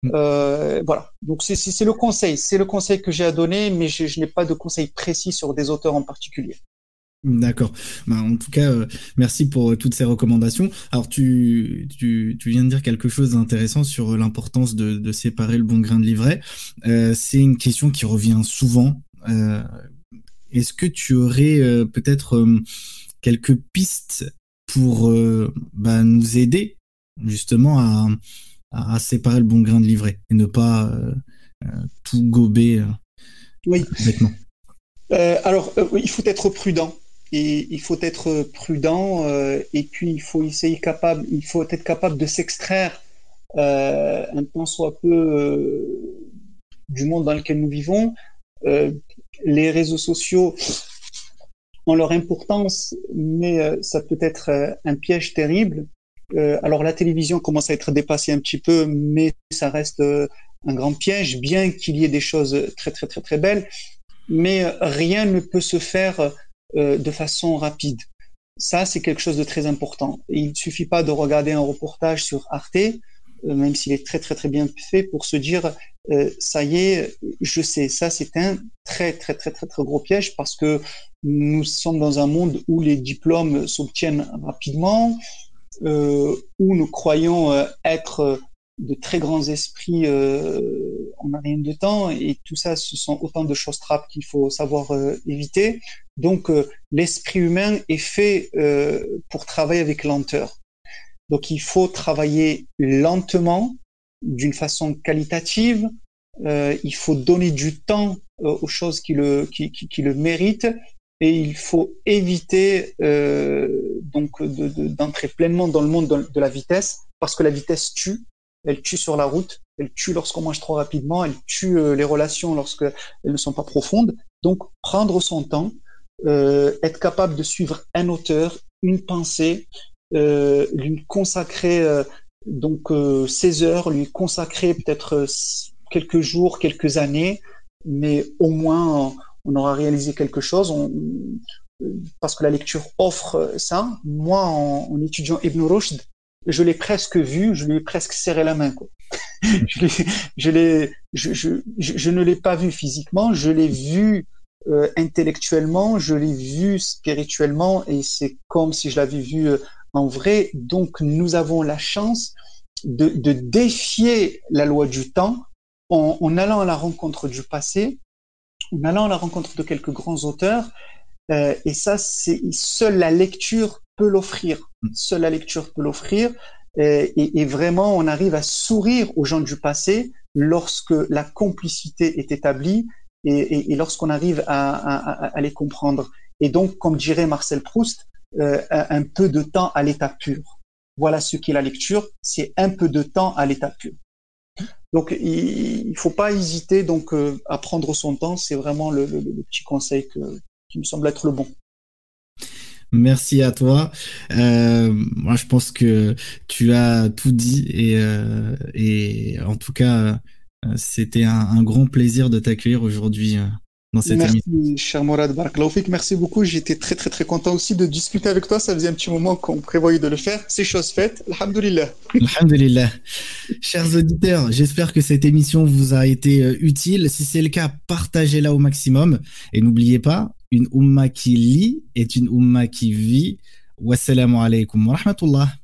Euh, voilà. Donc c'est, c'est, c'est le conseil, c'est le conseil que j'ai à donner, mais je, je n'ai pas de conseil précis sur des auteurs en particulier. D'accord. Bah, en tout cas, euh, merci pour euh, toutes ces recommandations. Alors, tu, tu, tu viens de dire quelque chose d'intéressant sur l'importance de, de séparer le bon grain de l'ivraie. Euh, c'est une question qui revient souvent. Euh, est-ce que tu aurais euh, peut-être euh, quelques pistes pour euh, bah, nous aider justement à, à, à séparer le bon grain de l'ivraie et ne pas euh, euh, tout gober euh, oui. bêtement? Euh, alors, euh, il faut être prudent. Et il faut être prudent euh, et puis il faut essayer capable, il faut être capable de s'extraire euh, un tant soit peu euh, du monde dans lequel nous vivons. Euh, les réseaux sociaux ont leur importance, mais euh, ça peut être euh, un piège terrible. Euh, alors la télévision commence à être dépassée un petit peu, mais ça reste euh, un grand piège, bien qu'il y ait des choses très très très très belles. Mais rien ne peut se faire euh, de façon rapide. Ça, c'est quelque chose de très important. Et il ne suffit pas de regarder un reportage sur Arte, euh, même s'il est très, très, très bien fait, pour se dire, euh, ça y est, je sais. Ça, c'est un très, très, très, très, très gros piège parce que nous sommes dans un monde où les diplômes s'obtiennent rapidement, euh, où nous croyons euh, être de très grands esprits euh, en un rien de temps, et tout ça, ce sont autant de choses trappes qu'il faut savoir euh, éviter. Donc, euh, l'esprit humain est fait euh, pour travailler avec lenteur. Donc, il faut travailler lentement, d'une façon qualitative. Euh, il faut donner du temps euh, aux choses qui le, qui, qui, qui le méritent, et il faut éviter euh, donc de, de, d'entrer pleinement dans le monde de, de la vitesse, parce que la vitesse tue. Elle tue sur la route, elle tue lorsqu'on mange trop rapidement, elle tue euh, les relations lorsqu'elles ne sont pas profondes. Donc, prendre son temps, euh, être capable de suivre un auteur, une pensée, euh, lui consacrer euh, donc euh, ses heures, lui consacrer peut-être euh, quelques jours, quelques années, mais au moins on aura réalisé quelque chose. On, parce que la lecture offre ça. Moi, en, en étudiant Ibn Rushd, je l'ai presque vu, je lui ai presque serré la main, quoi. je, l'ai, je, l'ai, je, je, je, je ne l'ai pas vu physiquement, je l'ai vu euh, intellectuellement, je l'ai vu spirituellement, et c'est comme si je l'avais vu euh, en vrai. Donc, nous avons la chance de, de défier la loi du temps en, en allant à la rencontre du passé, en allant à la rencontre de quelques grands auteurs. Euh, et ça, c'est seule la lecture peut l'offrir. Seule la lecture peut l'offrir. Euh, et, et vraiment, on arrive à sourire aux gens du passé lorsque la complicité est établie, et, et, et lorsqu'on arrive à, à, à les comprendre. Et donc, comme dirait Marcel Proust, euh, un peu de temps à l'état pur. Voilà ce qu'est la lecture, c'est un peu de temps à l'état pur. Donc, il ne faut pas hésiter donc euh, à prendre son temps. C'est vraiment le, le, le petit conseil que, qui me semble être le bon. Merci à toi. Euh, moi, je pense que tu as tout dit, et, euh, et en tout cas, euh, c'était un, un grand plaisir de t'accueillir aujourd'hui euh, dans cette Merci, émission. cher Morad Baraklaoufik. Merci beaucoup. J'étais très, très, très content aussi de discuter avec toi. Ça faisait un petit moment qu'on prévoyait de le faire. C'est chose faite. Alhamdulillah. Alhamdulillah. Chers auditeurs, j'espère que cette émission vous a été euh, utile. Si c'est le cas, partagez-la au maximum. Et n'oubliez pas, une umma qui lit est une umma qui vit. Wassalamu alaikum wa rahmatullah.